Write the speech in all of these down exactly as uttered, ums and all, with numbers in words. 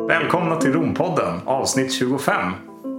Välkomna till Rompodden, avsnitt tjugofem.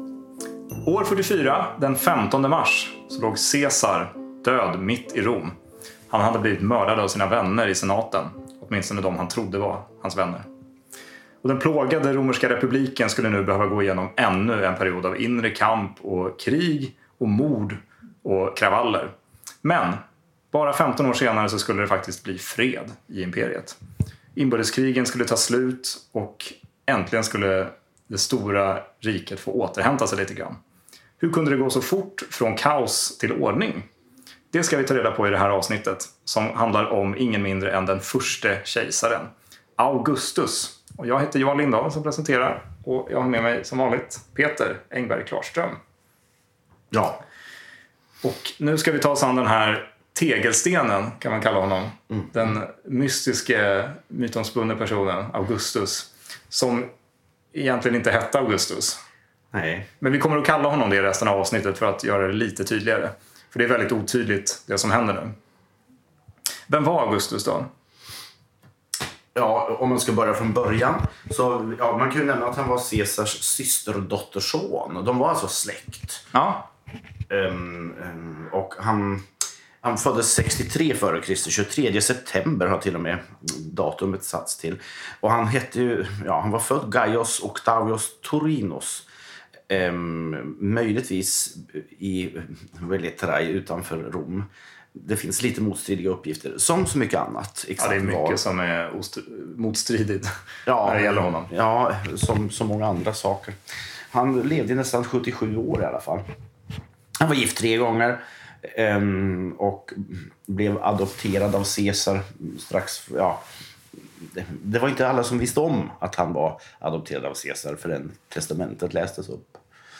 År fyrtiofyra, den femtonde mars, så låg Caesar död mitt i Rom. Han hade blivit mördad av sina vänner i senaten, åtminstone de han trodde var hans vänner. Och den plågade romerska republiken skulle nu behöva gå igenom ännu en period av inre kamp och krig och mord och kravaller. Men bara femton år senare så skulle det faktiskt bli fred i imperiet. Inbördeskrigen skulle ta slut och äntligen skulle det stora riket få återhämta sig lite grann. Hur kunde det gå så fort från kaos till ordning? Det ska vi ta reda på i det här avsnittet som handlar om ingen mindre än den första kejsaren, Augustus. Och jag heter Johan Lindahl som presenterar och jag har med mig som vanligt Peter Engberg Klarström. Ja. Och nu ska vi ta oss an den här tegelstenen kan man kalla honom. Mm. Den mystiska mytomspunna personen Augustus som egentligen inte hette Augustus. Nej. Men vi kommer att kalla honom det i resten av avsnittet för att göra det lite tydligare. För det är väldigt otydligt det som händer nu. Vem var Augustus då? Ja, om man ska börja från början så ja, man kan ju nämna att han var Caesars systerdotterson. De var alltså släkt. Ja. Um, um, och han, han föddes sextiotre före Kristus, tjugotredje september har till och med datumet satts till. Och han hette ju, ja, han var född Gaius Octavius Turinus. Um, möjligtvis i Velletrai utanför Rom. Det finns lite motstridiga uppgifter, som så mycket annat. Exakt, ja, det är mycket var. som är ostr- motstridigt ja, när det gäller honom. Ja, som så många andra saker. Han levde nästan sjuttiosju år i alla fall. Han var gift tre gånger um, och blev adopterad av Caesar strax, ja... Det, det var inte alla som visste om att han var adopterad av Caesar förrän testamentet lästes upp.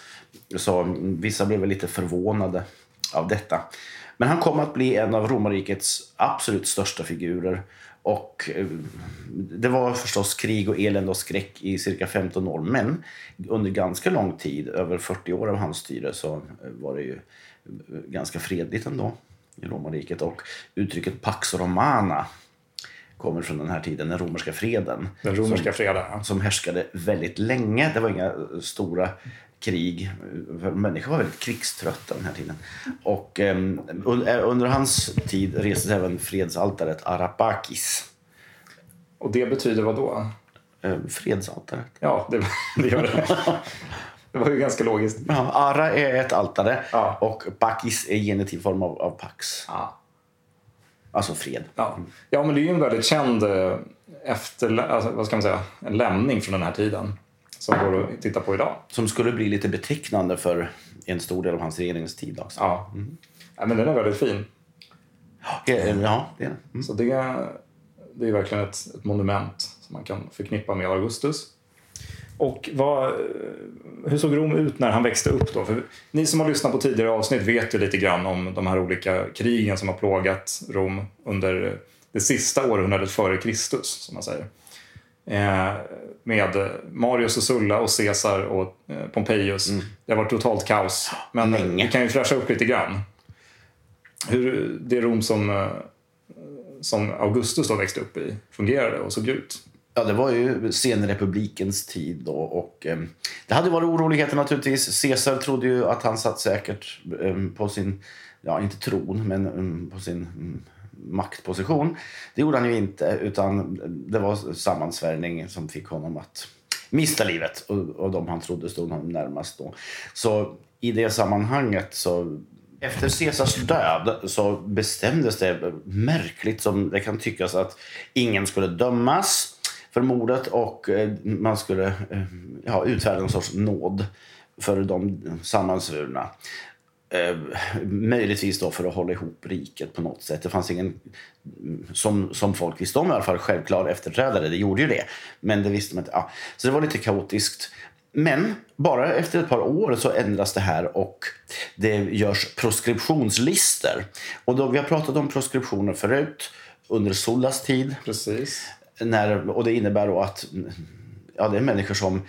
Så vissa blev lite förvånade av detta. Men han kom att bli en av romarrikets absolut största figurer. Och det var förstås krig och elände och skräck i cirka femton år. Men under ganska lång tid, över fyrtio år av hans styre, så var det ju ganska fredligt ändå i romarriket. Och uttrycket Pax Romana kommer från den här tiden, den romerska freden. Den romerska som, freden, ja. Som härskade väldigt länge. Det var inga stora krig. Människor var väldigt krigströtta den här tiden. Och eh, under hans tid restes även fredsaltaret Arapakis. Och det betyder vad då? Eh, fredsaltaret. Ja, det, det gör det. Det var ju ganska logiskt. Ja, Ara är ett altare, ja. Och Pakis är genitivform av, av Pax. Ja. Alltså fred. Ja. ja, men det är ju en väldigt känd efter, alltså, vad ska man säga, en lämning från den här tiden som går att titta på idag. Som skulle bli lite betecknande för en stor del av hans regeringstid också. Ja, mm. ja men den är väldigt fin. Ja, det är det. Mm. Så det, det är verkligen ett, ett monument som man kan förknippa med Augustus. Och vad, hur såg Rom ut när han växte upp då? För ni som har lyssnat på tidigare avsnitt vet ju lite grann om de här olika krigen som har plågat Rom under det sista århundradet före Kristus, som man säger. Eh, med Marius och Sulla och Caesar och eh, Pompeius. Mm. Det har varit totalt kaos. Men Länge. Vi kan ju fräscha upp lite grann. Hur det Rom som, som Augustus då växte upp i fungerade och såg ut. Ja, det var ju senrepublikens tid då och eh, det hade varit oroligheter naturligtvis. Caesar trodde ju att han satt säkert eh, på sin, ja inte tron, men um, på sin um, maktposition. Det gjorde han ju inte, utan det var sammansvärjning som fick honom att mista livet och, och de han trodde stod honom närmast då. Så i det sammanhanget så... Efter Caesars död så bestämdes det märkligt som det kan tyckas att ingen skulle dömas för mordet och man skulle ja, utfärda en sorts nåd för de sammansvurna. Eh, möjligtvis då för att hålla ihop riket på något sätt. Det fanns ingen, som, som folk visste om i alla fall, självklar efterträdare. Det gjorde ju det, men det visste man inte. Ja. Så det var lite kaotiskt. Men bara efter ett par år så ändras det här och det görs proskriptionslister. Och då, vi har pratat om proskriptioner förut under Sullas tid. Precis. När, och det innebär då att ja, det är människor som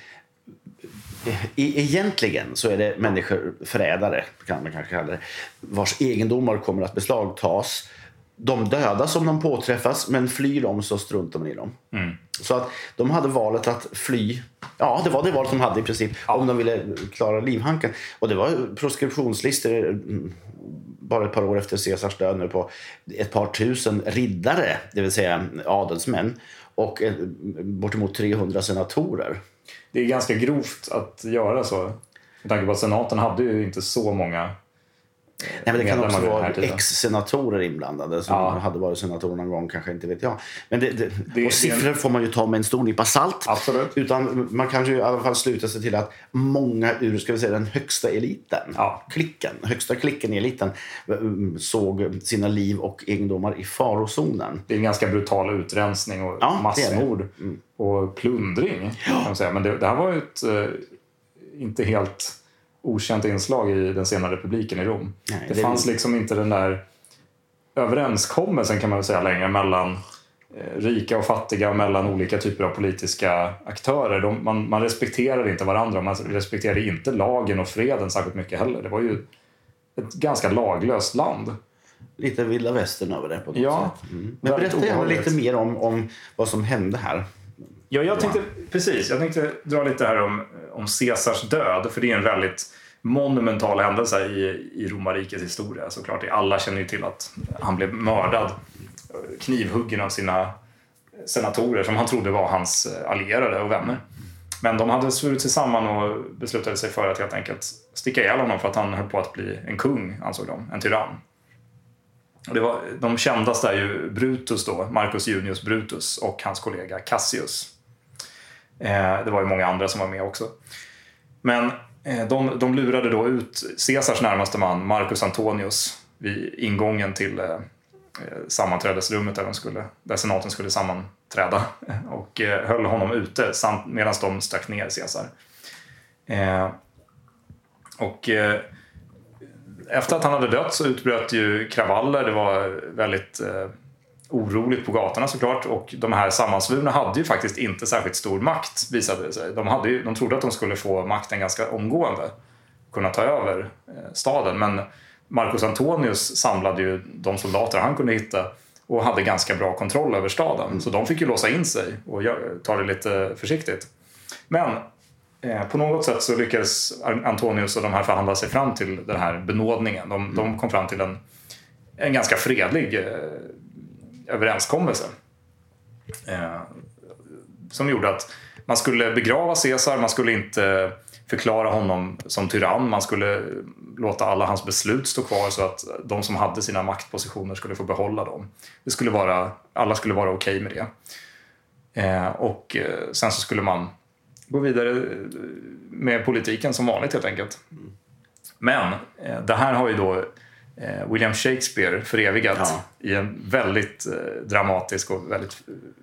e- egentligen så är det människor, förrädare kan man kanske kalla det, vars egendomar kommer att beslagtas de döda som de påträffas, men flyr de så struntar man i dem. Mm. Så att de hade valet att fly. Ja, det var det valet de hade i princip. Ja. Om de ville klara livhanken. Och det var proskriptionslistor bara ett par år efter Caesars död nu på ett par tusen riddare, det vill säga adelsmän, och bortemot trehundra senatorer. Det är ganska grovt att göra så. Med tanke på att senaten hade ju inte så många. Nej, men det kan också vara ex-senatorer inblandade som ja. hade varit senatorer någon gång, kanske inte vet jag. Men det, det, det, och siffror det, får man ju ta med en stor nypa salt. Absolut. Utan man kanske i alla fall sluta sig till att många ur, ska vi säga, den högsta eliten, ja. klicken, högsta klicken i eliten, såg sina liv och egendomar i farozonen. Det är en ganska brutal utrensning och ja, massmord mm. och plundring. Ja. Kan man säga. Men det, det här var ju ett uh, inte helt okänt inslag i den senare republiken i Rom. Nej, det, det fanns är... liksom inte den där överenskommelsen, kan man väl säga, längre mellan eh, rika och fattiga och mellan olika typer av politiska aktörer. De, man, man respekterade inte varandra, man respekterade inte lagen och freden särskilt mycket heller. Det var ju ett ganska laglöst land. Lite vilda västern över det på något ja, sätt. Mm. Men berätta gärna lite mer om, om vad som hände här. Ja, jag tänkte, precis, jag tänkte dra lite här om, om Caesars död, för det är en väldigt monumental händelse i, i romarrikets historia. Såklart, alla känner ju till att han blev mördad, knivhuggen av sina senatorer som han trodde var hans allierade och vänner. Men de hade svurit sig samman och beslutade sig för att helt enkelt sticka ihjäl honom för att han höll på att bli en kung, ansåg de, en tyrann. Och det var, de kändaste är ju Brutus då, Marcus Junius Brutus, och hans kollega Cassius. Eh, det var ju många andra som var med också. Men eh, de, de lurade då ut Caesars närmaste man, Marcus Antonius, vid ingången till eh, sammanträdesrummet där, de skulle, där senaten skulle sammanträda, och eh, höll honom ute medan de stack ner Caesar. Eh, och eh, efter att han hade dött så utbröt ju kravaller. Det var väldigt eh, oroligt på gatorna såklart, och de här sammansvurna hade ju faktiskt inte särskilt stor makt, visade det sig. De, hade ju, de trodde att de skulle få makten ganska omgående, kunna ta över eh, staden, men Marcus Antonius samlade ju de soldater han kunde hitta och hade ganska bra kontroll över staden. Mm. Så de fick ju låsa in sig och ta det lite försiktigt. Men eh, på något sätt så lyckades Antonius och de här förhandla sig fram till den här benådningen. De, mm. de kom fram till en, en ganska fredlig eh, överenskommelse. Eh, som gjorde att man skulle begrava Caesar, man skulle inte förklara honom som tyrann, man skulle låta alla hans beslut stå kvar så att de som hade sina maktpositioner skulle få behålla dem. Det skulle vara, alla skulle vara okej med det. Eh, och eh, sen så skulle man gå vidare med politiken som vanligt helt enkelt. Men eh, det här har ju då eh, William Shakespeare förevigat ja. i en väldigt eh, dramatisk och väldigt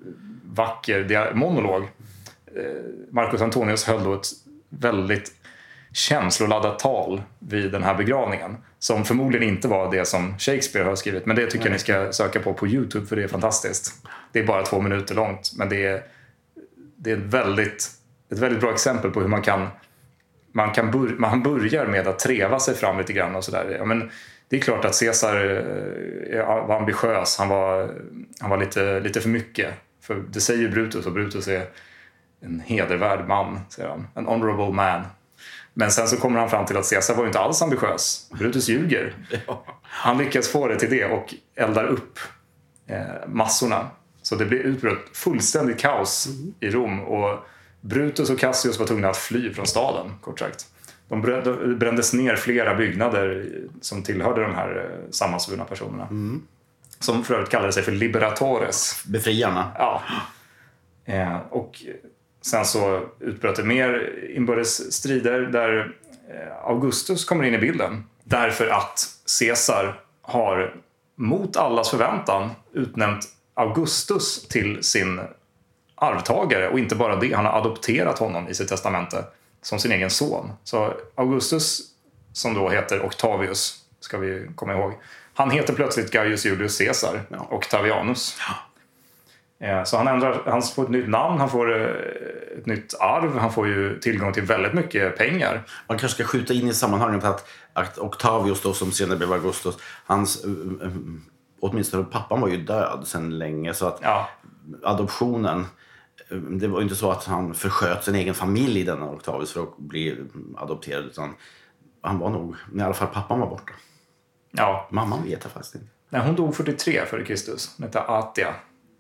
vacker monolog. Eh, Marcus Antonius höll då ett väldigt känsloladdat tal vid den här begravningen, som förmodligen inte var det som Shakespeare har skrivit, men det tycker jag ni ska söka på på YouTube, för det är fantastiskt. Det är bara två minuter långt, men det är, det är ett, väldigt, ett väldigt bra exempel på hur man kan man kan bör, man börjar med att treva sig fram lite grann och sådär. Ja, men det är klart att Caesar var ambitiös, han var, han var lite, lite för mycket, för det säger ju Brutus, och Brutus är en hedervärd man, säger han. En honorable man. Men sen så kommer han fram till att Caesar var ju inte alls ambitiös. Brutus ljuger. Han lyckas få det till det och eldar upp eh, massorna. Så det blir utbrott fullständigt kaos mm. i Rom. Och Brutus och Cassius var tvungna att fly från staden, kort sagt. De brändes ner flera byggnader som tillhörde de här sammansvurna personerna. Mm. Som för övrigt kallade sig för liberatores. Befriarna. Ja. Eh, och sen så utbröt det mer inbördes strider där Augustus kommer in i bilden. Därför att Caesar har mot allas förväntan utnämnt Augustus till sin arvtagare. Och inte bara det, han har adopterat honom i sitt testamente som sin egen son. Så Augustus, som då heter Octavius, ska vi komma ihåg. Han heter plötsligt Gaius Julius Caesar, ja. Octavianus. Ja. Så han, ändrar, han får ett nytt namn, han får ett nytt arv, han får ju tillgång till väldigt mycket pengar. Man kanske ska skjuta in i sammanhanget att, att Octavius då, som senare blev Augustus, hans åtminstone pappan var ju död sedan länge. Så att Ja. adoptionen, det var ju inte så att han försköt sin egen familj, denna Octavius, för att bli adopterad. Utan han var nog, i alla fall pappan var borta. Ja. Mamman vet jag faktiskt inte. Nej, hon dog fyrtiotre före Kristus. Hon hette Atia.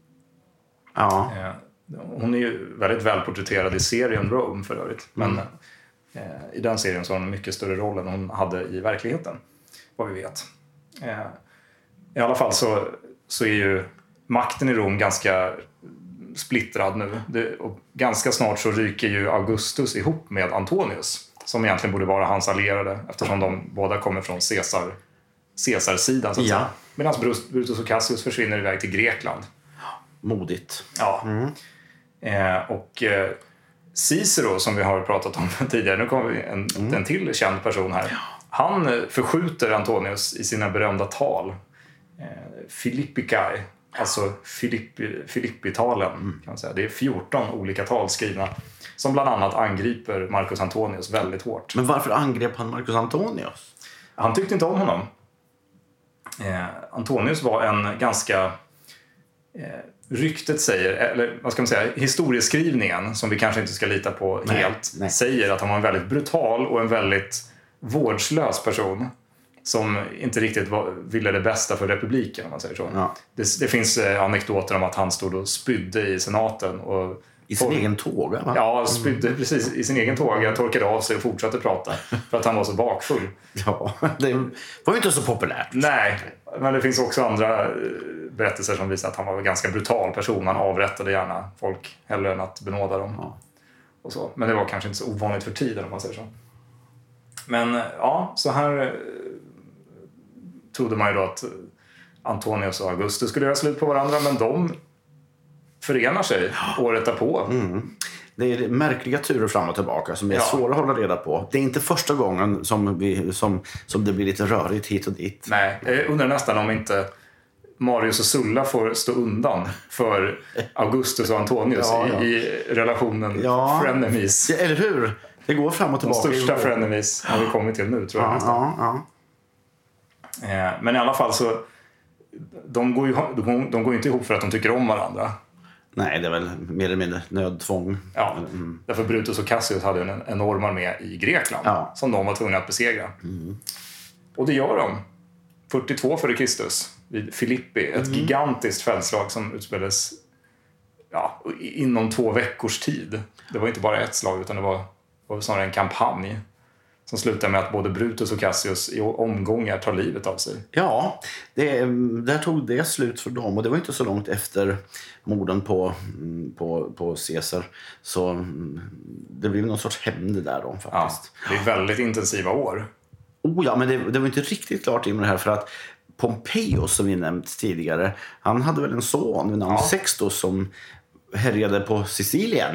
Ja. Eh, Hon är ju väldigt välporträtterad i serien Rome för övrigt. Men Mm. eh, i den serien så har hon en mycket större roll än hon hade i verkligheten. Vad vi vet. Eh, I alla fall så, så är ju makten i Rom ganska splittrad nu. Det, och ganska snart så ryker ju Augustus ihop med Antonius. Som egentligen borde vara hans allierade. Eftersom de båda kommer från Caesar, Caesar-sidan så att Ja. säga. Medan Brutus och Cassius försvinner iväg till Grekland. Modigt. Ja. Mm. Eh, och eh, Cicero som vi har pratat om tidigare, nu kommer vi en, Mm. en till känd person här. Han eh, förskjuter Antonius i sina berömda tal. Eh, Philippicae, alltså Filippi, Filippitalen kan man säga. Det är fjorton olika tal skrivna som bland annat angriper Marcus Antonius väldigt hårt. Men varför angrep han Marcus Antonius? Han tyckte inte om honom. Eh, Antonius var en ganska... Eh, ryktet säger, eller vad ska man säga, historieskrivningen som vi kanske inte ska lita på Nej, helt, nej. säger att han var en väldigt brutal och en väldigt vårdslös person som inte riktigt var, ville det bästa för republiken om man säger så. Ja. Det, det finns eh, anekdoter om att han stod och spydde i senaten och I sin Tor- egen tåga, va? Ja, spydde precis i sin egen tåga, torkade av sig och fortsatte prata för att han var så bakfull. Ja, det var ju inte så populärt. Nej, men det finns också andra eh, berättelser som visar att han var en ganska brutal person. Han avrättade gärna folk hellre än att benåda dem. Ja. Och så. Men det var kanske inte så ovanligt för tiden om man säger så. Men eh, ja, så här eh, trodde man ju då att Antonius och Augustus skulle göra slut på varandra. Men de förenar sig året därpå. Mm. Det är märkliga turer fram och tillbaka som är Ja. svåra att hålla reda på. Det är inte första gången som, vi, som, som det blir lite rörigt hit och dit. Nej, jag undrar nästan om inte Marius och Sulla får stå undan för Augustus och Antonius Ja, ja. I, i relationen Ja. frenemies. Ja, eller hur? Det går fram och De tillbaka. största frenemies har vi kommit till nu, tror jag Ja, nästan. ja, ja. Eh, Men i alla fall så de går ju de, de går ju inte ihop för att de tycker om varandra. Nej, det är väl mer eller mindre nödtvång. Ja, Mm. därför Brutus och Cassius hade en enorm armé i Grekland Ja. som de var tvungna att besegra. Och det gör de. fyrtiotvå före Kristus vid Filippi. Ett gigantiskt fältslag som utspelades ja, inom två veckors tid. Det var inte bara ett slag utan det var, var snarare en kampanj som slutar med att både Brutus och Cassius i omgångar tar livet av sig. Ja, det, där tog det slut för dem. Och det var inte så långt efter morden på, på, på Caesar. Så mm, det blev någon sorts hämnd där då Ja, faktiskt. det är väldigt intensiva år. Oh ja, men det, det var inte riktigt klart in med det här för att Pompeius som vi nämnt tidigare, han hade väl en son vid namn Ja. Sextus som härjade på Sicilien.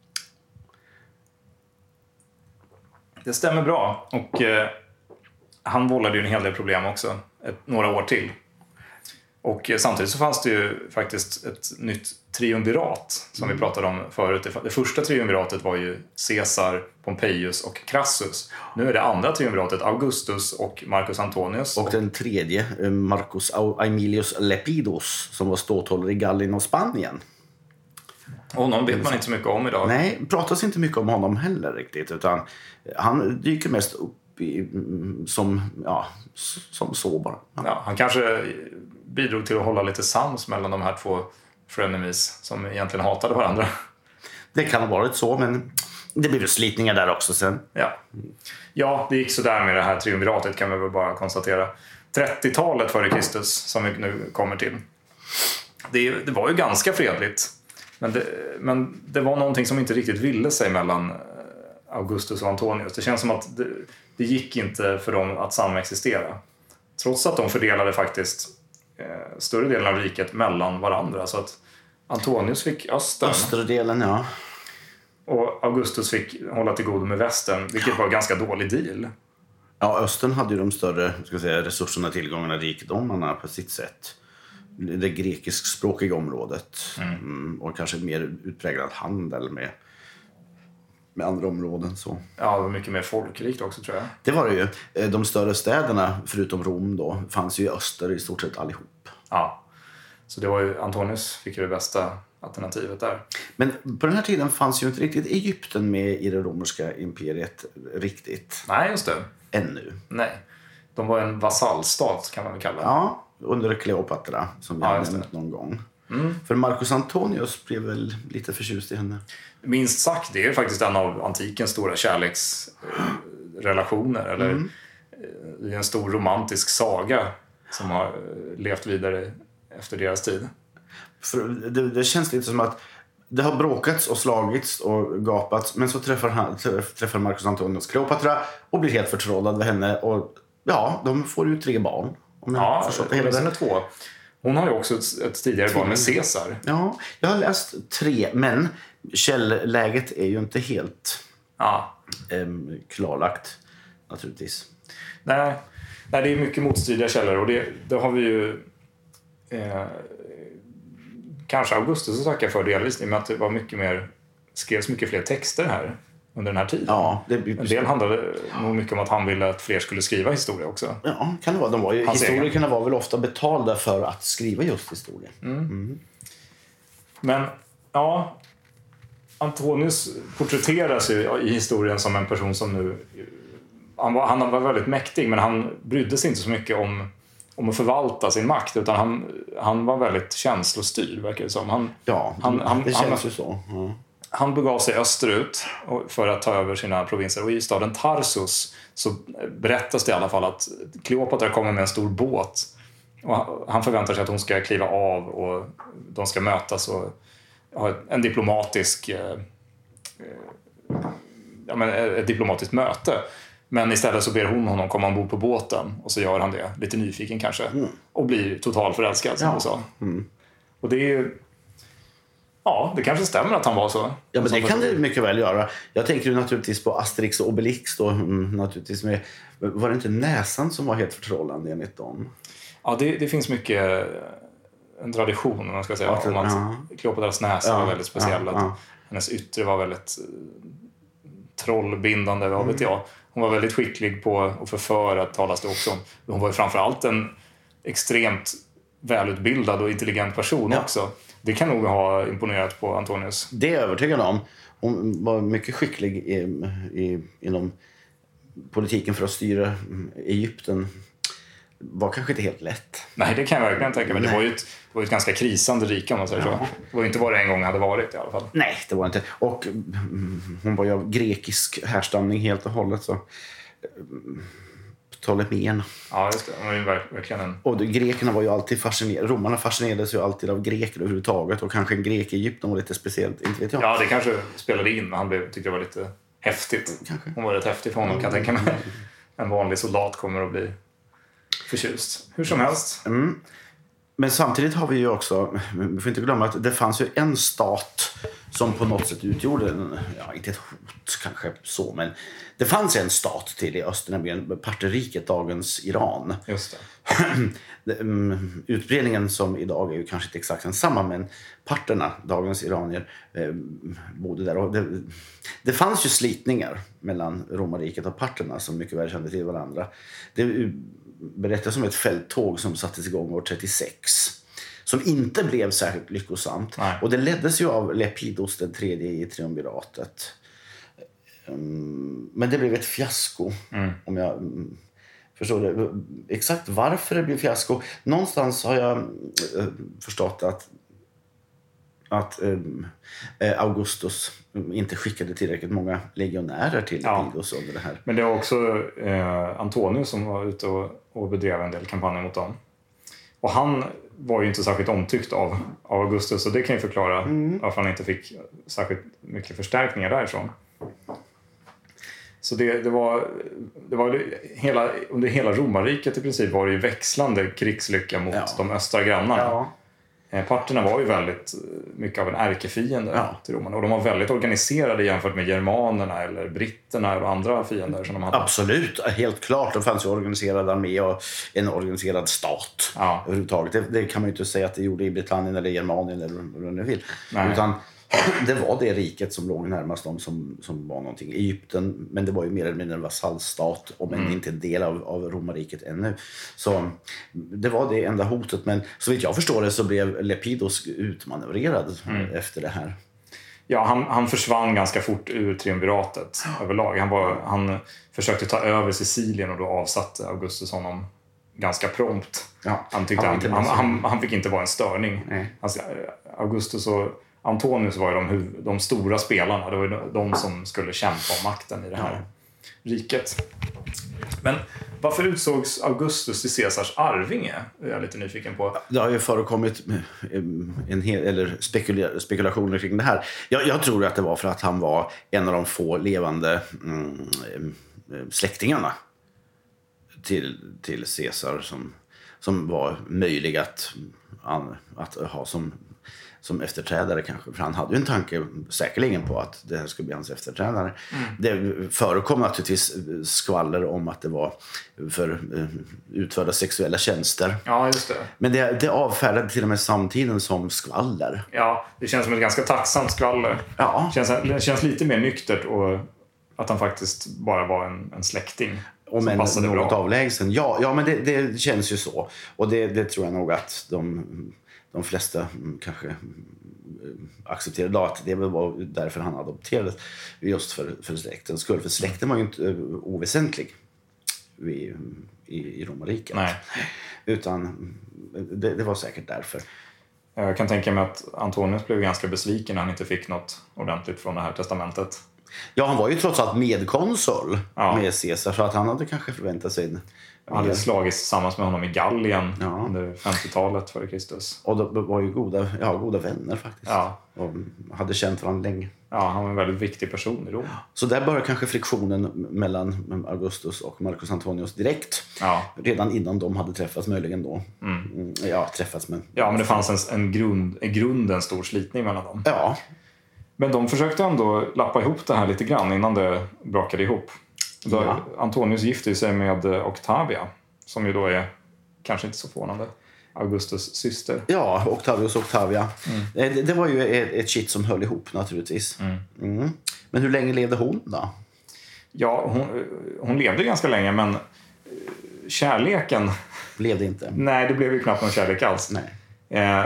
Det stämmer bra. Och eh, han vållade ju en hel del problem också. Ett, några år till. Och eh, samtidigt så fanns det ju faktiskt ett nytt triumvirat som vi pratade om förut. Det, det första triumviratet var ju Caesar, Pompeius och Crassus. Nu är det andra triumviratet Augustus och Marcus Antonius. Och den tredje, eh, Marcus Aemilius Lepidus, som var ståthållare i Gallien och Spanien. Och honom vet man inte så mycket om idag. Nej, pratas inte mycket om honom heller riktigt. Utan han dyker mest upp i, mm, som, ja, s- som så bara. Ja. Ja, han kanske bidrog till att hålla lite sams mellan de här två frenemies som egentligen hatade varandra. Det kan ha varit så, men det blev slitningar där också sen. Ja. ja, det gick så där med det här triumviratet kan vi väl bara konstatera. trettiotalet före Kristus som vi nu kommer till. Det, det var ju ganska fredligt. Men det, men det var någonting som inte riktigt ville sig mellan Augustus och Antonius. Det känns som att det, det gick inte för dem att samexistera. Trots att de fördelade faktiskt eh, större delen av riket mellan varandra. Så att Antonius fick östern. Österdelen, ja. Och Augustus fick hålla till godo med västern, vilket var en ganska dålig deal. Ja, Östern hade ju de större ska jag säga, resurserna, tillgångarna, rikedomarna på sitt sätt. Det grekiskspråkiga området. Mm. Mm, och kanske mer utpräglad handel med, med andra områden. Så. Ja, det var mycket mer folkrikt också tror jag. Det var det ju. De större städerna, förutom Rom då, fanns ju i öster i stort sett allihop. Ja, så det var ju Antonius fick ju det bästa alternativet där. Men på den här tiden fanns ju inte riktigt Egypten med i det romerska imperiet riktigt. Nej, just det. Ännu. Nej, de var en vasallstat kan man väl kalla det. Ja, under Kleopatra som vi Ja, har just det. nämnt någon gång. Mm. För Marcus Antonius blev väl lite förtjust i henne. Minst sagt, det är faktiskt en av antikens stora kärleksrelationer. Eller Mm. i en stor romantisk saga som har levt vidare efter deras tid. För det, det känns lite som att det har bråkats och slagits och gapats. Men så träffar, han, träffar Marcus Antonius Kleopatra och blir helt förtrollad med henne. Och ja, de får ju tre barn. Om jag Ja, förstått det hela åtminstone rätt. två. Hon har ju också ett, ett tidigare barn med Caesar. Ja, jag har läst tre, men källläget är ju inte helt Ja. em, klarlagt naturligtvis. Nej, nej, det är mycket motstridiga källor och det, det har vi ju eh, kanske Augustus att tacka för delvis i och med att det var mycket mer, skrevs mycket fler texter här under den här tiden. Ja, det, En del handlade nog mycket om att han ville att fler skulle skriva historia också. ja, kan det vara. De var ju, Hans historikerna var väl ofta betalda för att skriva just historia. Men ja, Antonius porträtteras ju i historien som en person som nu... Han var, han var väldigt mäktig, men han brydde sig inte så mycket om, om att förvalta sin makt, utan han, han var väldigt känslostyrd, verkar det som. Han, Ja, det, han, han, det känns han, ju så. Ja. han begav sig österut för att ta över sina provinser, och i staden Tarsus så berättas det i alla fall att Kleopatra kommer med en stor båt och han förväntar sig att hon ska kliva av och de ska mötas och ha en diplomatisk eh, ja, men ett diplomatiskt möte. Men istället så ber hon honom komma ombord på båten och så gör han det, lite nyfiken kanske, mm. och blir totalt förälskad som Ja. du sa. Mm. Och det är ju, ja, det kanske stämmer att han var så. Ja, men det kan det mycket väl göra. Jag tänker ju naturligtvis på Asterix och Obelix då, mm, naturligtvis med, var det inte näsan som var helt förtrollande enligt dem? Ja, det, det finns mycket en tradition, om man ska säga, Ja, om att ja. Kleopatras näsa Ja, var väldigt speciell. ja, Att ja. hennes yttre var väldigt eh, trollbindande, vad vet jag. Hon var väldigt skicklig på att förföra, talas det också om. Hon var ju framförallt en extremt välutbildad och intelligent person Ja. också. Det kan nog ha imponerat på Antonius. Det är jag övertygad om. Hon var mycket skicklig i, i, inom politiken för att styra Egypten. Var kanske inte helt lätt. Nej, det kan jag verkligen tänka mig. Det var ju ett, det var ett ganska krisande rike, om man säger Ja. så. Det var ju inte vad det en gång hade varit i alla fall. Nej, det var inte. Och mm, hon var ju av grekisk härstamning helt och hållet. Så. Ptoleméerna. Ja, just det. Hon var ju verk- verkligen en... Och det, grekerna var ju alltid fascinerade. Romarna fascinerades ju alltid av greker överhuvudtaget. Och kanske en grek i Egypten var lite speciellt. Inte vet jag. Ja, det kanske spelade in. Han blev, tyckte det var lite häftigt. Kanske. Hon var rätt häftig för honom, kan jag tänka mig. En vanlig soldat kommer att bli förtjust. Hur som helst. Mm. Men samtidigt har vi ju också, vi får inte glömma att det fanns ju en stat som på något sätt utgjorde, en, ja inte ett hot kanske så, men det fanns en stat till i öster, nämligen Partherriket, dagens Iran. Just det, um, utbredningen som idag är ju kanske inte exakt densamma, men parterna, dagens iranier, eh, bodde där. Och det, det fanns ju slitningar mellan romarriket och parterna som mycket väl kände till varandra. Det berättas om ett fälttåg som sattes igång år trettiosex som inte blev särskilt lyckosamt. Nej. Och det leddes ju av Lepidos den tredje i triumviratet. Um, men det blev ett fiasko, Mm. om jag um, förstår det. Exakt varför det blev fiasko. Någonstans har jag uh, förstått att att um, Augustus inte skickade tillräckligt många legionärer till Ja. Lepidos under det här. Men det var också eh, Antonius som var ute och, och bedrev en del kampanjer mot dem. Och han var ju inte särskilt omtyckt av, av Augustus, så det kan ju förklara Mm. varför han inte fick särskilt mycket förstärkningar därifrån. Så det, det var, det var hela, under hela romarriket i princip var det ju växlande krigslycka mot Ja. de östra grannarna. Ja. Eh, Parterna var ju väldigt mycket av en ärkefiende Ja. till romarna. Och de var väldigt organiserade jämfört med germanerna eller britterna och andra fiender som de hade. Absolut, helt klart. Det fanns ju organiserad armé och en organiserad stat Ja. överhuvudtaget. Det, det kan man ju inte säga att det gjorde i Britannien eller Germanien eller vad du vill. Nej. Utan Det var det riket som låg närmast dem som, som var någonting. Egypten, men det var ju mer eller mindre en vasallstat, om mm. inte en del av, av romarriket ännu. Så det var det enda hotet. Men så vitt jag förstår det så blev Lepidus utmanövrerad mm. efter det här. Ja, han, han försvann ganska fort ur triumviratet överlag. Han, var, han försökte ta över Sicilien och då avsatte Augustus honom ganska prompt. Ja, han, tyckte han, han, han, han fick inte vara en störning. Alltså, Augustus och Antonius var ju de, de stora spelarna. Det var ju de som skulle kämpa om makten i det här ja. riket. Men varför utsågs Augustus till Caesars arvinge? Det är jag lite nyfiken på. Det har ju förekommit en hel, eller spekula, spekulationer kring det här. Jag, jag tror att det var för att han var en av de få levande mm, släktingarna till, till Caesar som, som var möjlig att, att ha som... som efterträdare kanske. För han hade ju en tanke säkerligen på att det här skulle bli hans efterträdare. Mm. Det förekom naturligtvis skvaller om att det var för utförda sexuella tjänster. Ja, just det. Men det, det avfärdade till och med samtiden som skvaller. Ja, det känns som ett ganska tacksamt skvaller. Ja. Det känns, det känns lite mer nyktert och att han faktiskt bara var en, en släkting. Och men något bra. Avlägsen. Ja, ja men det, det känns ju så. Och det, det tror jag nog att de... De flesta kanske accepterade att det var därför han adopterades just för, för släktens skull. För släkten var ju inte oväsentlig i, i, i romarriket. Nej. Utan det, det var säkert därför. Jag kan tänka mig att Antonius blev ganska besviken när han inte fick något ordentligt från det här testamentet. Ja, han var ju trots allt medkonsul ja. med Caesar så att han hade kanske förväntat sig... Han hade slagits tillsammans med honom i Gallien ja. under femtiotalet före Kristus. Och de var ju goda, ja, goda vänner faktiskt. Ja. Och hade känt varandra länge. Ja, han var en väldigt viktig person i Rom. Så där började kanske friktionen mellan Augustus och Marcus Antonius direkt. Ja. Redan innan de hade träffats möjligen då. Mm. Ja, träffats men... Ja, men det fanns en, en, grund, en grund, en stor slitning mellan dem. Ja. Men de försökte ändå lappa ihop det här lite grann innan det brakade ihop. Då ja. Antonius gifte sig med Octavia, som ju då är kanske inte så förvånande, Augustus syster. Ja, Octavius och Octavia. Mm. Det, det var ju ett, ett shit som höll ihop naturligtvis. Mm. Mm. Men hur länge levde hon då? Ja, hon, hon levde ganska länge, men kärleken... Blev det inte? Nej, det blev ju knappt någon kärlek alls. Nej. Eh,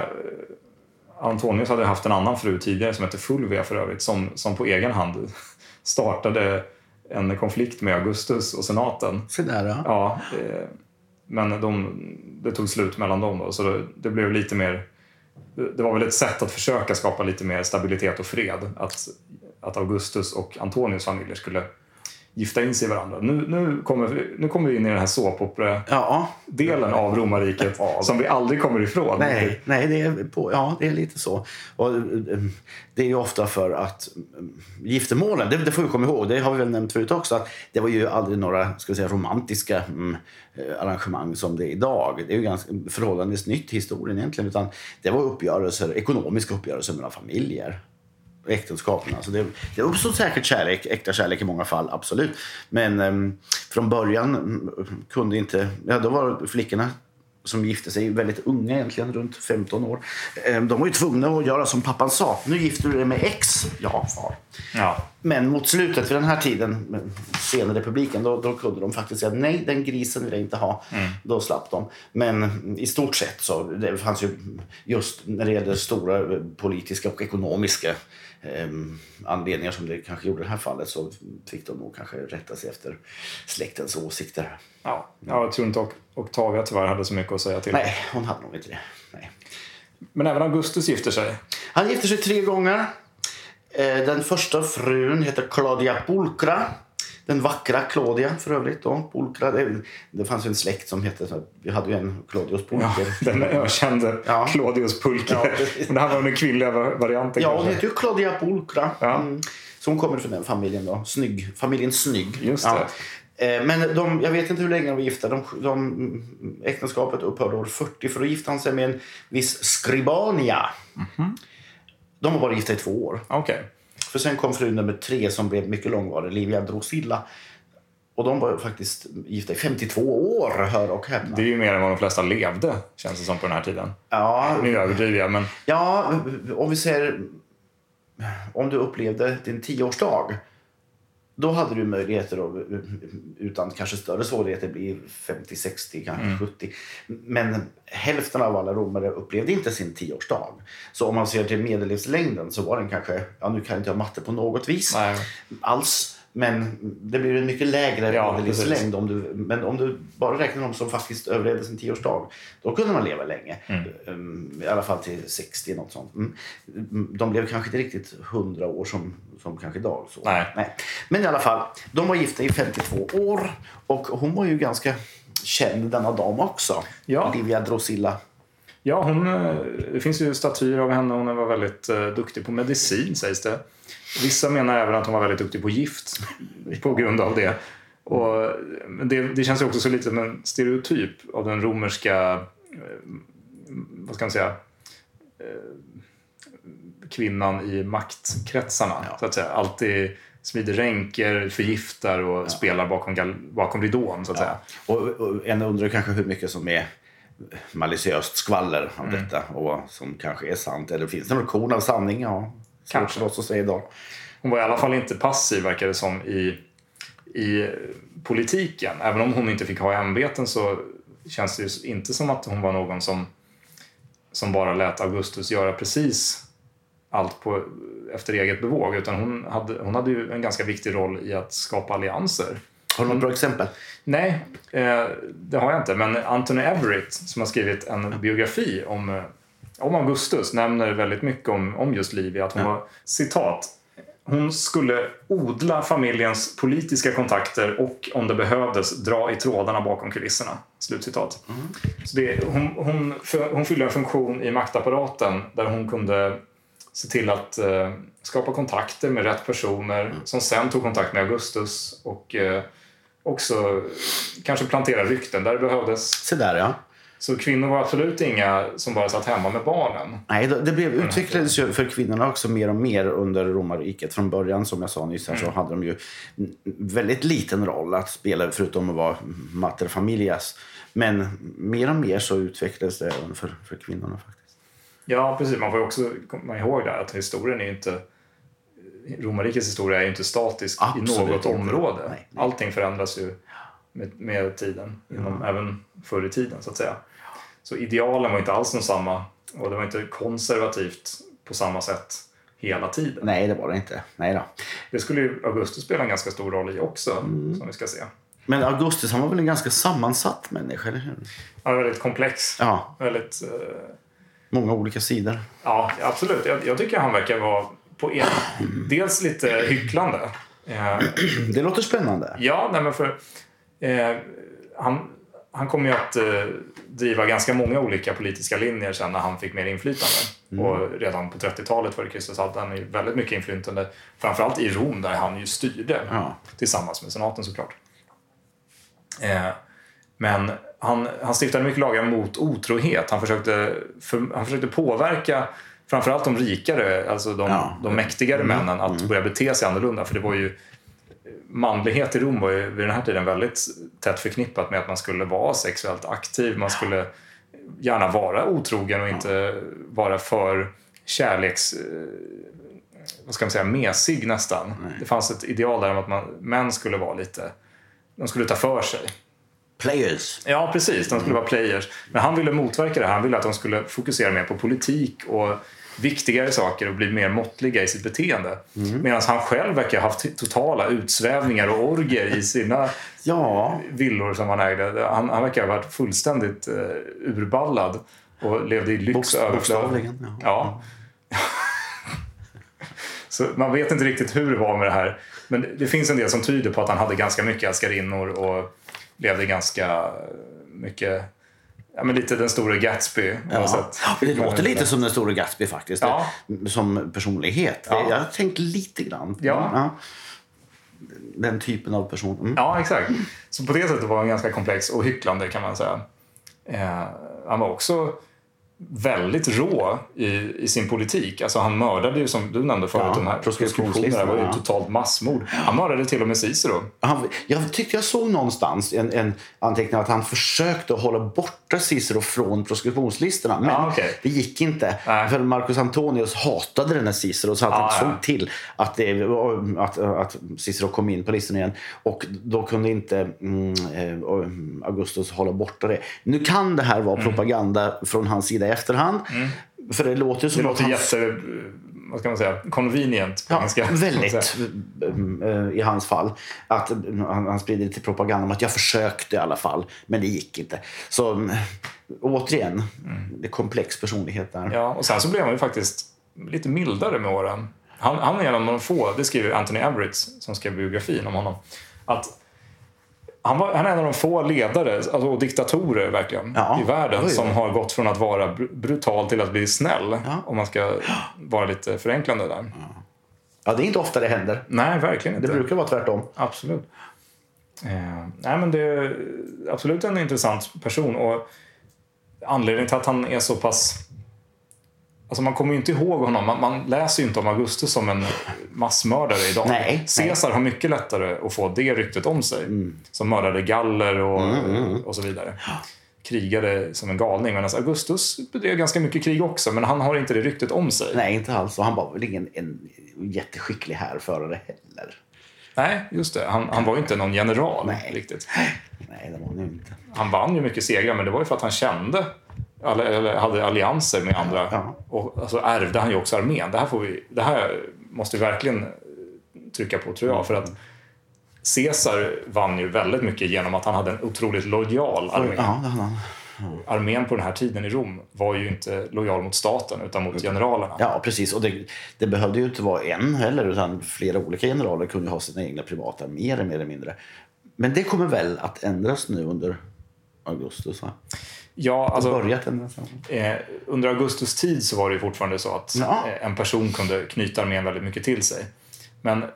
Antonius hade haft en annan fru tidigare som hette Fulvia för övrigt, som, som på egen hand startade en konflikt med Augustus och senaten. Så där, ja. Ja, eh, men de, det tog slut mellan dem då, så det, det blev lite mer... Det var väl ett sätt att försöka skapa lite mer stabilitet och fred. Att, att Augustus och Antonius familjer skulle gifta in sig i varandra. Nu, nu, kommer, vi, nu kommer vi in i den här såpopera-delen ja. av romarriket ja. som vi aldrig kommer ifrån. Nej, nej det, är på, ja, det är lite så. Och, det är ju ofta för att giftermålen, det, det får vi komma ihåg, det har vi väl nämnt förut också, att det var ju aldrig några ska vi säga, romantiska mm, arrangemang som det är idag. Det är ju ganska förhållandevis nytt i historien egentligen, utan det var uppgörelser, ekonomiska uppgörelser mellan familjer. Äktenskapen. Alltså det, det uppstod säkert kärlek, äkta kärlek i många fall, absolut. Men um, från början um, kunde inte... Ja, då var flickorna som gifte sig väldigt unga egentligen, runt femton år. Um, de var ju tvungna att göra som pappan sa. Nu gifter du dig med ex. Ja, far. Ja. Men mot slutet, för den här tiden, senare republiken, då, då kunde de faktiskt säga nej, den grisen vill jag inte ha. Mm. Då slapp de. Men i stort sett så det fanns ju just när det gällde stora politiska och ekonomiska eh, anledningar som det kanske gjorde i det här fallet, så fick de nog kanske rätta sig efter släktens åsikter. Ja, jag tror inte Octavia tyvärr hade så mycket att säga till. Nej, hon hade nog inte det. Nej. Men även Augustus gifter sig. Han gifter sig tre gånger. Den första frun heter Claudia Pulchra. Den vackra Claudia för övrigt då. Pulchra, det, det fanns ju en släkt som hette, vi hade ju en Claudius Pulcher. Ja, den ökände ja. Claudius Pulcher. Ja, men det här var den kvinnliga varianten. Ja, hon heter ju Claudia Pulchra. Ja. Mm. Så hon kommer från den familjen då. Snygg. Familjen Snygg. Just det. Ja. Men de, jag vet inte hur länge de var gifta. De, de, äktenskapet upphörde år fyrtio, för att gifta han sig med en viss Scribania. Mm-hmm. De var bara gifta i två år. Okay. För sen kom fru nummer tre som blev mycket långvarig, Livia Drusilla. Och de var faktiskt gifta i femtiotvå år, hör och häpna. Det är ju mer än vad de flesta levde, känns det som på den här tiden. Ja. Nu överdriver jag, men... Ja, om vi säger om du upplevde din tioårsdag, då hade du möjligheter att utan kanske större svårigheter bli femtio, sextio, kanske mm. sjuttio. Men hälften av alla romare upplevde inte sin tioårsdag. Så om man ser till medellivslängden så var den kanske, ja nu kan inte jag matte på något vis Nej. alls. Men det blir en mycket lägre ja, medellivslängd. Om du, men om du bara räknar dem som faktiskt överlevde sin tioårsdag, då kunde man leva länge. Mm. I alla fall till sextio, något sånt. Mm. De blev kanske inte riktigt hundra år som, som kanske idag. Så. Nej. Nej. Men i alla fall, de var gifta i femtiotvå år. Och hon var ju ganska känd, denna dam också. Ja. Livia Drusilla. Ja, hon, det finns ju statyer av henne. Hon var väldigt uh, duktig på medicin, sägs det. Vissa menar även att hon var väldigt duktig på gift på grund av det. Och det, det känns ju också så lite som en stereotyp av den romerska, vad ska man säga, kvinnan i maktkretsarna. Ja. Så att säga. Alltid smider ränker, förgiftar och ja. spelar bakom, bakom ridån, så att ja. säga. Och, och en undrar kanske hur mycket som är maliciöst skvaller av mm. detta och som kanske är sant. Eller finns det någon korn av sanning? Ja. Kanske. Låt oss säga idag. Hon var i alla fall inte passiv, verkar det som, i, i politiken. Även om hon inte fick ha ämbeten så känns det ju inte som att hon var någon som, som bara lät Augustus göra precis allt på, efter eget bevåg. Utan hon hade, hon hade ju en ganska viktig roll i att skapa allianser. Har du något bra exempel? Nej, eh, det har jag inte. Men Anthony Everett, som har skrivit en biografi om... Om Augustus, nämner väldigt mycket om, om just Livia. Att hon ja. var, citat, hon skulle odla familjens politiska kontakter och om det behövdes dra i trådarna bakom kulisserna. Slutcitat. Mm. Så det, hon, hon, för, hon fyllde en funktion i maktapparaten där hon kunde se till att eh, skapa kontakter med rätt personer mm. som sen tog kontakt med Augustus och eh, också kanske plantera rykten där det behövdes. Så där, ja. Så kvinnor var absolut inga som bara satt hemma med barnen. Nej, det blev, utvecklades ju för kvinnorna också mer och mer under romarriket. Från början, som jag sa nyss här, mm. så hade de ju väldigt liten roll att spela, förutom att vara mater familias. Men mer och mer så utvecklades det även för, för kvinnorna faktiskt. Ja, precis. Man får ju också komma ihåg där att historien är inte... Romarrikets historia är ju inte statisk absolut i något område. Nej, nej. Allting förändras ju med, med tiden, inom, mm. även förr i tiden så att säga. Så idealen var inte alls densamma och det var inte konservativt på samma sätt hela tiden. Nej, det var det inte. Nej då. Det skulle ju Augustus spela en ganska stor roll i också, mm. som vi ska se. Men Augustus, han var väl en ganska sammansatt människa, eller hur? Han var väldigt komplex. Ja. Väldigt... Uh... Många olika sidor. Ja, absolut. Jag, jag tycker han verkar vara på en... Dels lite hycklande. Uh... Det låter spännande. Ja, nej men för... Uh, han... Han kom ju att eh, driva ganska många olika politiska linjer sen när han fick mer inflytande. Mm. Och redan på trettiotalet före Kristus hade han ju väldigt mycket inflytande. Framförallt i Rom där han ju styrde. Ja. Tillsammans med senaten såklart. Eh, men han, han stiftade mycket lagar mot otrohet. Han försökte, för, han försökte påverka framförallt de rikare, alltså de, ja. de mäktigare mm. männen att mm. börja bete sig annorlunda. För det var ju... Manlighet i Rom var ju vid den här tiden väldigt tätt förknippat med att man skulle vara sexuellt aktiv. Man skulle gärna vara otrogen och inte vara för kärleks... Vad ska man säga? Mesig nästan. Nej. Det fanns ett ideal där om att man, män skulle vara lite... De skulle ta för sig. Players. Ja, precis. De skulle vara players. Men han ville motverka det här. Han ville att de skulle fokusera mer på politik och... viktigare saker och bli mer måttliga i sitt beteende. Mm. Medan han själv verkar ha haft totala utsvävningar och orger i sina ja. villor som han ägde. Han, han verkar ha varit fullständigt uh, urballad och levde i lyx och överflöd. Ja. ja. Så man vet inte riktigt hur det var med det här. Men det finns en del som tyder på att han hade ganska mycket älskarinnor och levde ganska mycket... Ja, men lite den stora Gatsby. Ja. Det låter lite som den stora Gatsby faktiskt. Ja. Som personlighet. Ja. Jag har tänkt lite grann på ja. Ja. den typen av person. Mm. Ja, exakt. Så på det sättet var han ganska komplex och hycklande kan man säga. Eh, han var också väldigt rå i, i sin politik. Alltså han mördade ju, som du nämnde förut, Ja, de här preskriptionerna. Det var ju ja. totalt massmord. Han mördade till och med Cicero. Han, jag tyckte jag såg någonstans en, en anteckning att han försökte hålla borta Cicero från preskriptionslistorna. Men Ja, okay. det gick inte. Nej. För Marcus Antonius hatade den här Cicero, så att Ja, han såg ja. till att, det, att, att Cicero kom in på listan igen. Och då kunde inte mm, Augustus hålla borta det. Nu kan det här vara mm. propaganda från hans sida i efterhand. Mm. För det låter som det låter han... jätte, vad ska man säga, convenient på ja, engelska. Väldigt i hans fall. Att han, han sprider till propaganda om att jag försökte i alla fall, men det gick inte. Så återigen, mm. det är komplex personlighet där. Ja, och sen så blev han ju faktiskt lite mildare med åren. Han, han är en av de få, det skriver Anthony Everett som skrev biografin om honom, att Han, var, han är en av de få ledare alltså, och diktatorer verkligen ja, i världen oj, som oj. har gått från att vara brutal till att bli snäll. Ja. Om man ska vara lite förenklande där. Ja. ja, det är inte ofta det händer. Nej, verkligen inte. Det brukar vara tvärtom. Absolut. Eh, nej, men det är absolut en intressant person. Och anledningen till att han är så pass... Alltså man kommer ju inte ihåg honom. Man, man läser ju inte om Augustus som en massmördare idag. Nej, Caesar nej. har mycket lättare att få det ryktet om sig. Mm. Som mördade galler och, mm, mm. och så vidare. Krigade som en galning. Men alltså Augustus bedrev ganska mycket krig också. Men han har inte det ryktet om sig. Nej, inte alls. Och han var väl ingen en jätteskicklig härförare heller. Nej, just det. Han, han var ju inte någon general nej. riktigt. Nej, det var han ju inte. Han vann ju mycket segrar, men det var ju för att han kände... eller hade allianser med andra. Ja. Och alltså ärvde han ju också armén. Det här, får vi, det här måste vi verkligen trycka på, tror jag. För att Caesar vann ju väldigt mycket genom att han hade en otroligt lojal armé. Ja, ja, ja. Armén på den här tiden i Rom var ju inte lojal mot staten utan mot generalerna. Ja, precis. Och det, det behövde ju inte vara en heller, utan flera olika generaler kunde ha sina egna privata arméer mer eller mindre. Men det kommer väl att ändras nu under Augustus, va? Ja, alltså, börjat ändras. Eh, under Augustus tid så var det ju fortfarande så att ja. eh, en person kunde knyta armén väldigt mycket till sig. Men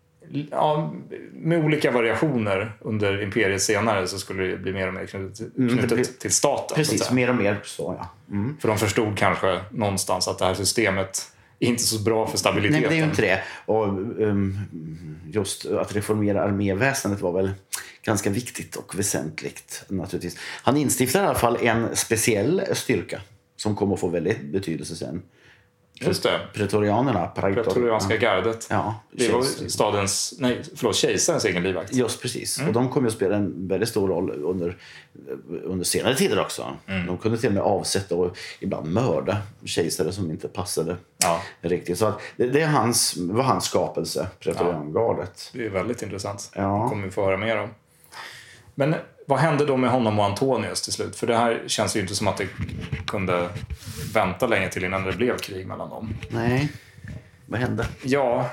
ja, med olika variationer under imperiet senare så skulle det bli mer och mer knutet, knutet mm, till staten. Precis, mer och mer så, ja. Mm. För de förstod kanske någonstans att det här systemet är inte så bra för stabiliteten. Nej, det är ju inte det. Och um, just att reformera arméväsendet var väl ganska viktigt och väsentligt naturligtvis. Han instiftar i alla fall en speciell styrka som kommer att få väldigt betydelse sen. Just det. Pretorianerna. Pretorianska gardet. Ja, det var stadens, nej, förlåt, kejsarens egen livvakt. Just precis. Mm. Och de kommer att spela en väldigt stor roll under, under senare tider också. Mm. De kunde till och med avsätta och ibland mörda kejsare som inte passade ja. riktigt. Så att det, det är hans, var hans skapelse, Pretoriangardet. Ja. Det är väldigt intressant. Ja. Det kommer vi få höra mer om. Men vad hände då med honom och Antonius till slut? För det här känns ju inte som att det kunde vänta länge till innan det blev krig mellan dem. Nej, vad hände? Ja,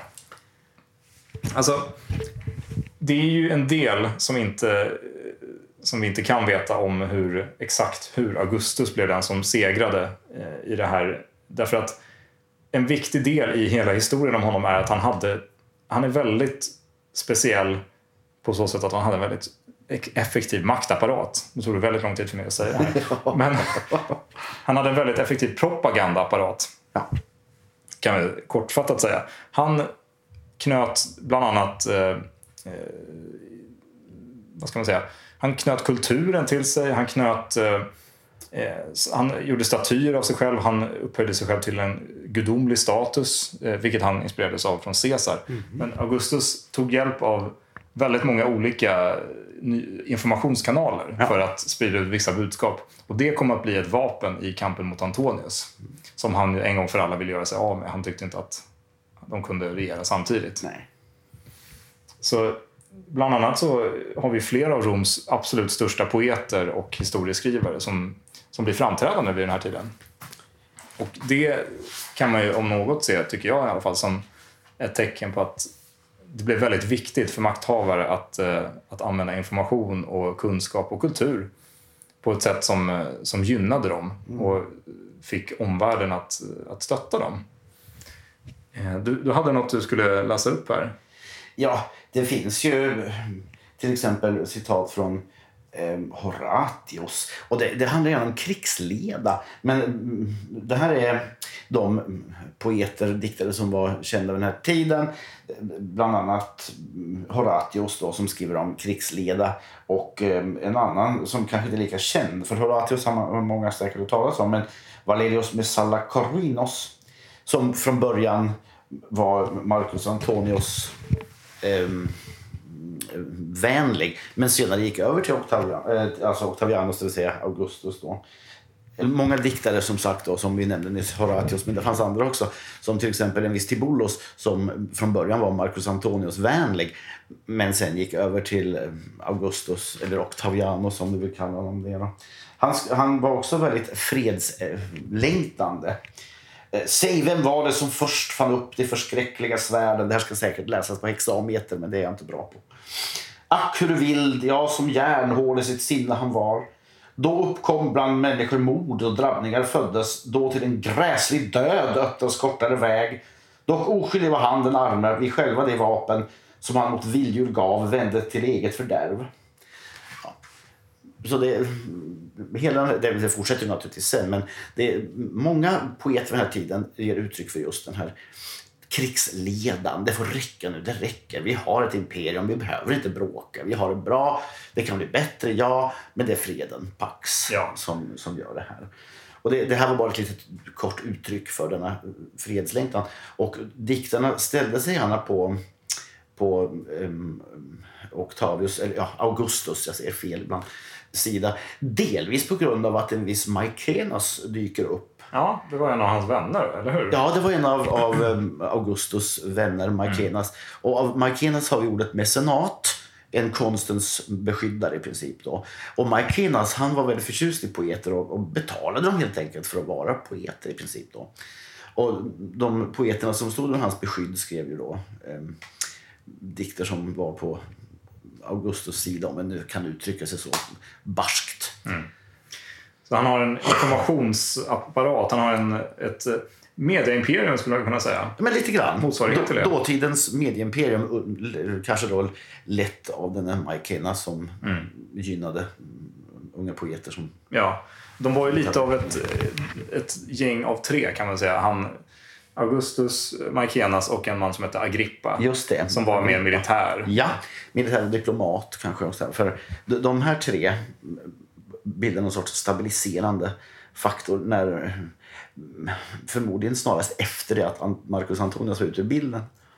alltså det är ju en del som, inte, som vi inte kan veta om hur, exakt hur Augustus blev den som segrade i det här. Därför att en viktig del i hela historien om honom är att han hade, han är väldigt speciell på så sätt att han hade en väldigt effektiv maktapparat. Det tog det väldigt lång tid för mig att säga det här. Men han hade en väldigt effektiv propagandaapparat. Ja. Kan vi kortfattat säga. Han knöt bland annat eh, eh, vad ska man säga? Han knöt kulturen till sig. Han knöt eh, han gjorde statyer av sig själv. Han upphöjde sig själv till en gudomlig status, eh, vilket han inspirerades av från Caesar. Mm. Men Augustus tog hjälp av väldigt många olika informationskanaler ja. för att sprida ut vissa budskap. Och det kommer att bli ett vapen i kampen mot Antonius. Som han en gång för alla ville göra sig av med. Han tyckte inte att de kunde regera samtidigt. Nej. Så bland annat så har vi flera av Roms absolut största poeter och historieskrivare som, som blir framträdande vid den här tiden. Och det kan man ju om något se, tycker jag i alla fall, som ett tecken på att det blev väldigt viktigt för makthavare att, att använda information och kunskap och kultur på ett sätt som, som gynnade dem och fick omvärlden att, att stötta dem. Du, du hade något du skulle läsa upp här. Ja, det finns ju till exempel citat från eh, Horatius. Och det, det handlar ju om krigsleda. Men mm, det här är de poeter, diktare som var kända vid den här tiden. Bland annat Horatius då, som skriver om krigsleda. Och eh, en annan som kanske inte är lika känd. För Horatius har många säkert att talas om. Men Valerius Messalla Corvinus, som från början var Marcus Antonius eh, vänlig, men senare gick över till Octavian, eh, alltså Octavianus, det vill säga Augustus då. Många diktare som sagt då, som vi nämnde nyss, Horatius, men det fanns andra också, som till exempel en viss Tibullus, som från början var Marcus Antonius vänlig, men sen gick över till Augustus, eller Octavianus som du vill kalla honom det då. Han, han var också väldigt fredslängtande. Säg, vem var det som först fann upp de förskräckliga svärden? Det här ska säkert läsas på hexameter, men det är jag inte bra på. Ack, hur vild, ja, som järnhål i sitt sinne han var. Då uppkom bland människor mord och drabbningar föddes. Då till en gräslig död öppnades kortare väg. Dock oskyldig var han den arme, vi själva det vapen som han mot vilddjur gav vände till eget fördärv. Ja. Så det, hela, det fortsätter naturligtvis sen, men det är många poeter den här tiden ger uttryck för just den här krigsledan. Det får räcka nu, det räcker. Vi har ett imperium, vi behöver inte bråka. Vi har det bra, det kan bli bättre, ja, men det är freden, Pax, ja. som, som gör det här. Och det, det här var bara ett litet kort uttryck för denna fredslängtan. Och diktarna ställde sig gärna på, på um, Octavius, eller ja, Augustus, jag ser fel ibland, sida. Delvis på grund av att en viss Maecenas dyker upp. Ja, det var en av hans vänner, eller hur? Ja, det var en av, av um, Augustus vänner, Maecenas. Mm. Och av Maecenas har vi ordet mecenat, en konstens beskyddare i princip då. Och Maecenas, han var väldigt förtjust i poeter och, och betalade dem helt enkelt för att vara poeter i princip då. Och de poeterna som stod under hans beskydd skrev ju då um, dikter som var på Augustus sida, men nu kan uttrycka sig så barskt. Mm. Så han har en informationsapparat, han har en, ett medieimperium skulle jag kunna säga. Men lite grann. Motsvarighet till det. Dåtidens medieimperium, kanske då lätt av den här Maecenas som mm. gynnade unga poeter som... Ja, de var ju lite av ett, ett gäng av tre kan man säga. Han... Augustus, Maecenas och en man som heter Agrippa. Just det. Som var mer militär. Ja, militär och diplomat kanske också. För de här tre bildar någon sorts stabiliserande faktor när, förmodligen snarast efter det att Marcus Antonius var ute ur bilden.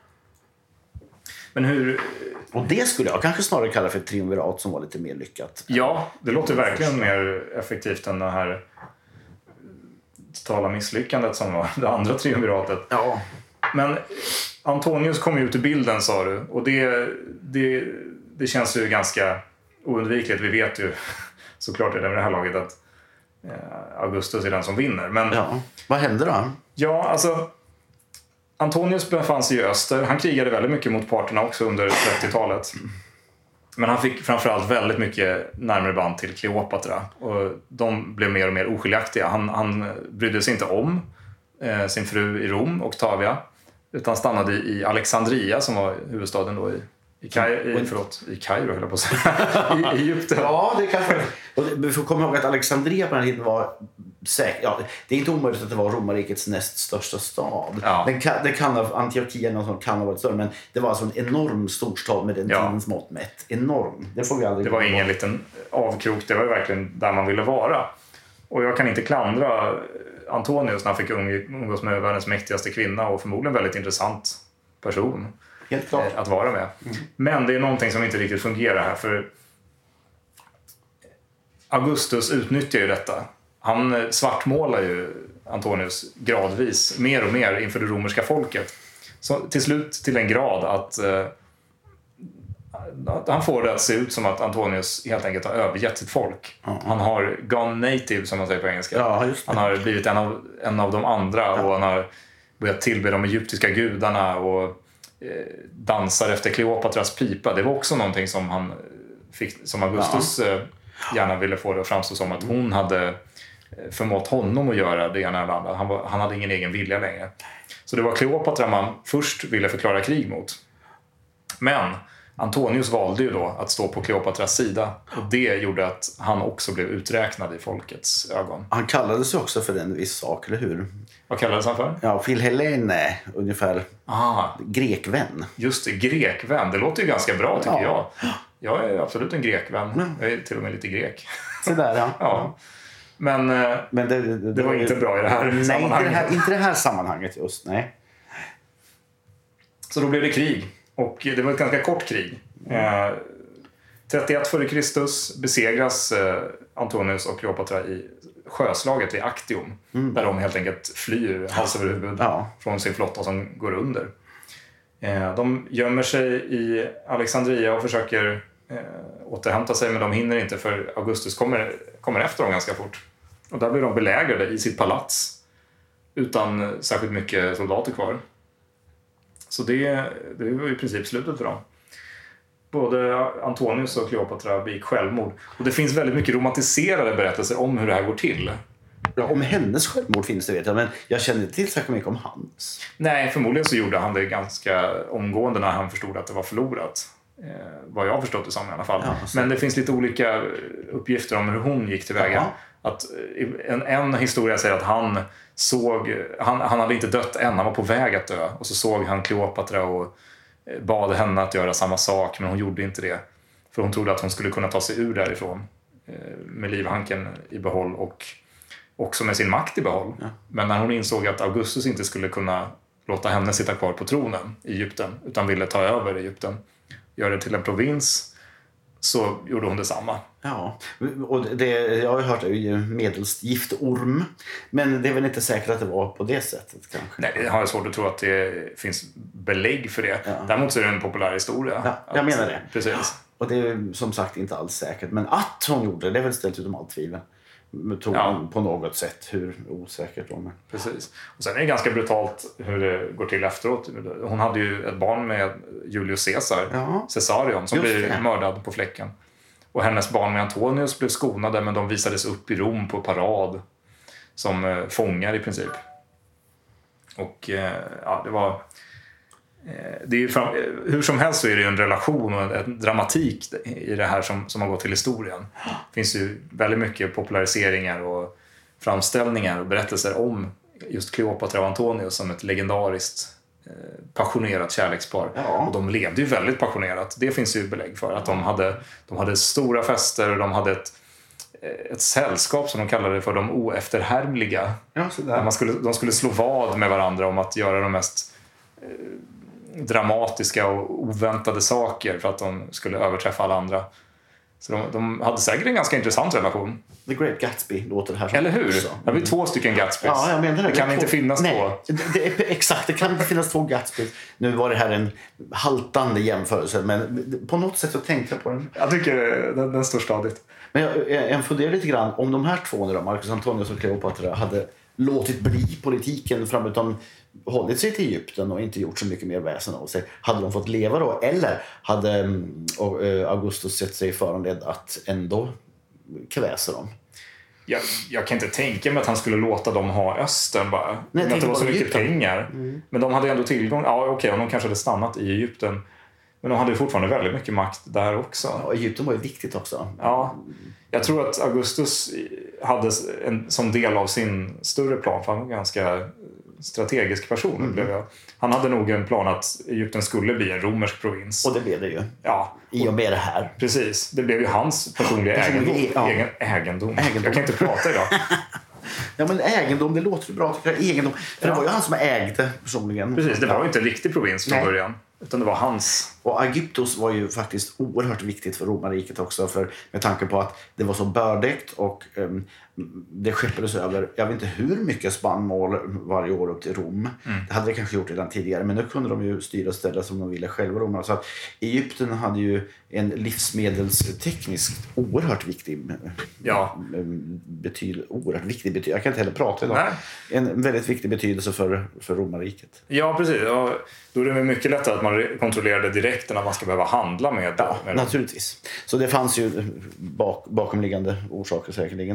Men hur... Och det skulle jag kanske snarare kalla för ett triumvirat som var lite mer lyckat. Ja, det låter verkligen mer effektivt än det här totala misslyckandet som var det andra triumviratet. Ja. Men Antonius kom ut i bilden, sa du. Och det, det, det känns ju ganska oundvikligt. Vi vet ju såklart redan med det här laget att Augustus är den som vinner. Men, ja. Vad hände då? Ja, alltså Antonius befann sig i öster. Han krigade väldigt mycket mot parterna också under trettiotalet. Men han fick framförallt väldigt mycket närmare band till Kleopatra. Och de blev mer och mer oskiljaktiga. Han, han brydde sig inte om eh, sin fru i Rom, Octavia. Utan stannade i Alexandria som var huvudstaden då i, i, Kai, i, förlåt, i Kairo, höll jag på att säga. I Egypten. Ja, det kanske... Och vi får komma ihåg att Alexandria på den här tiden var säkert... Ja, det är inte omöjligt att det var romarrikets näst största stad. Ja. Den kan, det kan av Antiochia eller något kan ha varit större, men det var alltså en enorm storstad med den ja. tidens mått mätt. Enorm. Det får vi aldrig Det var ingen liten avkrok, det var verkligen där man ville vara. Och jag kan inte klandra Antonius när han fick umgås med världens mäktigaste kvinna och förmodligen väldigt intressant person Helt klart. att vara med. Mm. Men det är någonting som inte riktigt fungerar här, för Augustus utnyttjar ju detta. Han svartmålar ju Antonius gradvis mer och mer inför det romerska folket. Så till slut till en grad att, eh, att han får det att se ut som att Antonius helt enkelt har övergett sitt folk. Mm. Han har gone native, som man säger på engelska. Ja, just det. Han har blivit en av, en av de andra ja. och han har börjat tillbe de egyptiska gudarna och eh, dansar efter Kleopatras pipa. Det var också någonting som, han fick, som Augustus ja. eh, gärna ville få det att framstå som att hon hade förmått honom att göra det ena eller andra. Han, var, han hade ingen egen vilja längre. Så det var Kleopatra man först ville förklara krig mot. Men Antonius valde ju då att stå på Kleopatras sida. Och det gjorde att han också blev uträknad i folkets ögon. Han kallades ju också för en viss sak, eller hur? Vad kallades han för? Ja, Philhellene, ungefär. Ah, Grekvän. just det, grekvän. Det låter ju ganska bra tycker Ja. jag. Jag är absolut en grekvän. Jag är till och med lite grek. Så där, ja. Ja. Men, eh, Men det, det, det var inte bra i det här nej, inte sammanhanget. det här, inte det här sammanhanget just, nej. Så då blev det krig. Och det var ett ganska kort krig. Eh, trettioett före Kristus besegras eh, Antonius och Kleopatra i sjöslaget vid Actium. Mm. Där de helt enkelt flyr hals över huvud Ja. från sin flotta som går under. Eh, de gömmer sig i Alexandria och försöker eh, återhämta sig. Men de hinner inte för Augustus kommer, kommer efter dem ganska fort. Och där blir de belägrade i sitt palats. Utan särskilt mycket soldater kvar. Så det, det var i princip slutet för dem. Både Antonius och Kleopatra begick självmord. Och det finns väldigt mycket romantiserade berättelser om hur det här går till. Ja, om hennes självmord finns det vet jag, men jag känner inte till särskilt mycket om hans. Nej, förmodligen så gjorde han det ganska omgående när han förstod att det var förlorat. Eh, vad jag har förstått det som i alla fall. Ja, men det finns lite olika uppgifter om hur hon gick tillväga. Ja. Att en, en historia säger att han såg, han, han hade inte dött än, han var på väg att dö. Och så såg han Kleopatra och bad henne att göra samma sak, men hon gjorde inte det. För hon trodde att hon skulle kunna ta sig ur därifrån med livhanken i behåll och också med sin makt i behåll. Ja. Men när hon insåg att Augustus inte skulle kunna låta henne sitta kvar på tronen i Egypten utan ville ta över Egypten, göra det till en provins, så gjorde hon detsamma. Ja, och det, jag har ju hört medelst giftorm, men det är väl inte säkert att det var på det sättet kanske. Nej, det har jag svårt att tro att det finns belägg för det. Ja. Däremot så är det en populär historia. Ja, jag att, menar det. Precis. Och det är som sagt inte alls säkert, men att hon gjorde det, det är väl ställt utom allt tvivel. Tror ja. På något sätt, hur osäkert hon är. Precis. Och sen är det ganska brutalt hur det går till efteråt. Hon hade ju ett barn med Julius Caesar, ja. Caesarion, som Just blev det. mördad på fläcken. Och hennes barn med Antonius blev skonade, men de visades upp i Rom på parad som fångar i princip. Och ja, det var... Det är ju fram, hur som helst så är det ju en relation och en dramatik i det här som, som har gått till historien. Det finns ju väldigt mycket populariseringar och framställningar och berättelser om just Kleopatra och Antonius som ett legendariskt eh, passionerat kärlekspar. Ja. Och de levde ju väldigt passionerat. Det finns ju belägg för att de hade, de hade stora fester och de hade ett, ett sällskap som de kallade för de oefterhärmliga. Ja, så där. Man skulle, de skulle slå vad med varandra om att göra de mest eh, dramatiska och oväntade saker för att de skulle överträffa alla andra. Så de, de hade säkert en ganska intressant relation. The Great Gatsby låter det här som. Eller hur? Det har vi två stycken Gatsbys. Ja, jag menar det. Det kan inte finnas Nej, två. Det är, exakt, det kan inte finnas två Gatsbys. Nu var det här en haltande jämförelse, men på något sätt så tänkte jag på den. Jag tycker den, den står stadigt. Men jag, jag, jag funderar lite grann om de här två, då, Marcus Antonius och Kleopatra, hade låtit bli politiken fram utan hållit sig till Egypten och inte gjort så mycket mer väsen av sig. Hade de fått leva då? Eller hade Augustus sett sig föranledd att ändå kväsa dem? Jag, jag kan inte tänka mig att han skulle låta dem ha östern bara. Nej, att det var så mycket Egypten. pengar. Mm. Men de hade ändå tillgång. Ja, okej, okay, de kanske hade stannat i Egypten. Men de hade fortfarande väldigt mycket makt där också. Ja, Egypten var ju viktigt också. Ja, jag tror att Augustus hade en, som del av sin större plan, för han var en ganska strategisk person. Mm. Blev jag. Han hade nog en plan att Egypten skulle bli en romersk provins. Och det blev det ju. Ja. I och med det här. Precis, det blev ju hans personliga egendom. Ja. Egen, egendom. egendom. Jag kan inte prata idag. Ja, men egendom, det låter bra. Egendom. För ja. Det var ju han som ägde personligen. Precis, det var ju inte en riktig provins från Nej. början. Utan det var hans. Och Aegyptos var ju faktiskt oerhört viktigt för romarriket också. För, med tanke på att det var så bördigt och um, det skeppades över, jag vet inte hur mycket spannmål varje år upp till Rom. Mm. Det hade det kanske gjort redan tidigare. Men nu kunde de ju styra och ställa som de ville själva, romarna. Så att Egypten hade ju en livsmedelstekniskt oerhört viktig ja. betydelse. Oerhört viktig betydelse. Jag kan inte heller prata idag. Nej. En väldigt viktig betydelse för, för romarriket. Ja, precis. Ja, då är det mycket lättare att man kontrollerade direkt än att man ska behöva handla med. Ja, med naturligtvis. Så det fanns ju bak, bakomliggande orsaker säkerligen också.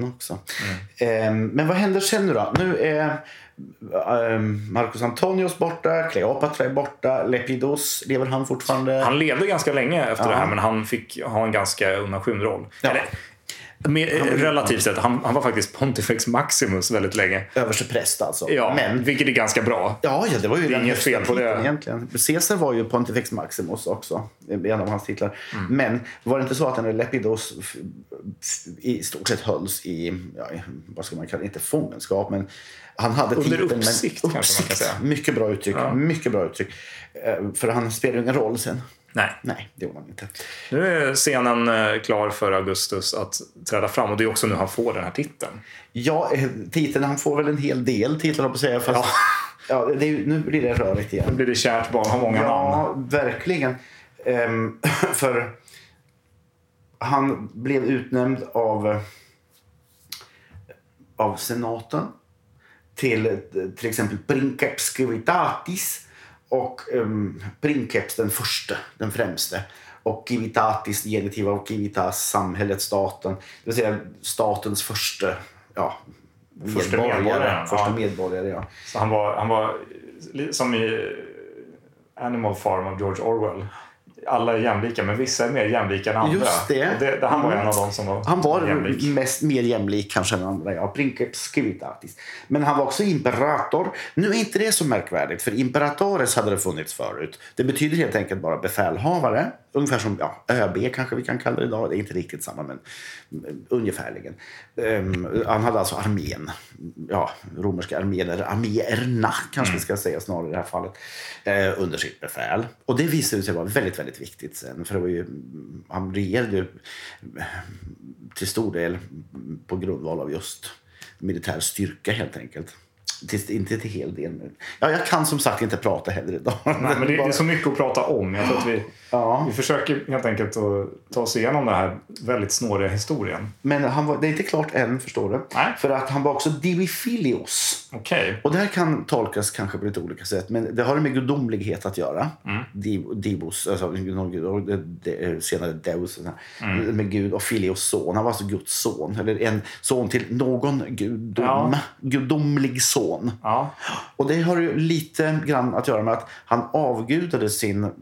Mm. Men vad händer sen nu då? Nu är Marcus Antonius borta, Kleopatra är borta, Lepidus, lever han fortfarande? Han levde ganska länge efter ja. det här, men han fick ha en ganska undanskymd roll. Ja. Eller, med, relativt sett, han, han var faktiskt Pontifex Maximus väldigt länge. Överstepräst alltså. Ja, men, vilket är ganska bra. Ja, ja det var ju det är inget fel på det. Egentligen. Caesar var ju Pontifex Maximus också, en av hans titlar. Mm. Men var det inte så att den Lepidus i stort sett hölls i, ja, vad ska man kalla det, inte fångenskap, men han hade under titeln, uppsikt, men, kanske man kan säga. Mycket bra uttryck, ja. mycket bra uttryck. För han spelade ju ingen roll sen. Nej. Nej, det gjorde han inte. Nu är scenen klar för Augustus att träda fram, och det är också nu han får den här titeln. Ja, titeln, han får väl en hel del titlar på att säga, fast ja. Ja, det är, nu blir det rörigt igen. Nu blir det kärt barn, har många ja, namn. Ja, verkligen. Um, för han blev utnämnd av av senaten till till exempel Princeps Civitatis och um, Princeps den första, den främste, och Civitatis, genitiv av Civitas, samhället, staten, det vill säga statens första, ja, första medborgare, medborgare, första ja. medborgare, ja. Så han var, han var som i Animal Farm av George Orwell. Alla är jämlika, men vissa är mer jämlika än andra. Just det. det, det han var en av dem som var Han var jämlik. mest mer jämlik kanske än andra. Ja, Princeps Civitatis. Men han var också imperator. Nu är inte det så märkvärdigt, för imperatores hade det funnits förut. Det betyder helt enkelt bara befälhavare. Ungefär som ja, ÖB kanske vi kan kalla det idag. Det är inte riktigt samma, men ungefärligen. Um, han hade alltså armén. Ja, romerska armén, eller arméerna kanske mm. vi ska säga snarare i det här fallet. Uh, under sitt befäl. Och det visade sig vara väldigt, väldigt viktigt sen. För det var ju, han regerade ju till stor del på grundval av just militär styrka helt enkelt. Till, inte till hel del. Ja, jag kan som sagt inte prata heller idag. Nej, men det, det är så mycket att prata om. Jag tror att vi, ja. vi försöker helt enkelt att ta oss igenom den här väldigt snåriga historien. Men han var, det är inte klart än, förstår du. Nej. För att han var också divifilios. Okay. Och det här kan tolkas kanske på lite olika sätt. Men det har med gudomlighet att göra. Mm. Div, divos, alltså senare deus. Mm. Med Gud och filios son. Han var alltså Guds son. Eller en son till någon gudom. Ja. Gudomlig son. Ja. Och det har ju lite grann att göra med att han avgudade sin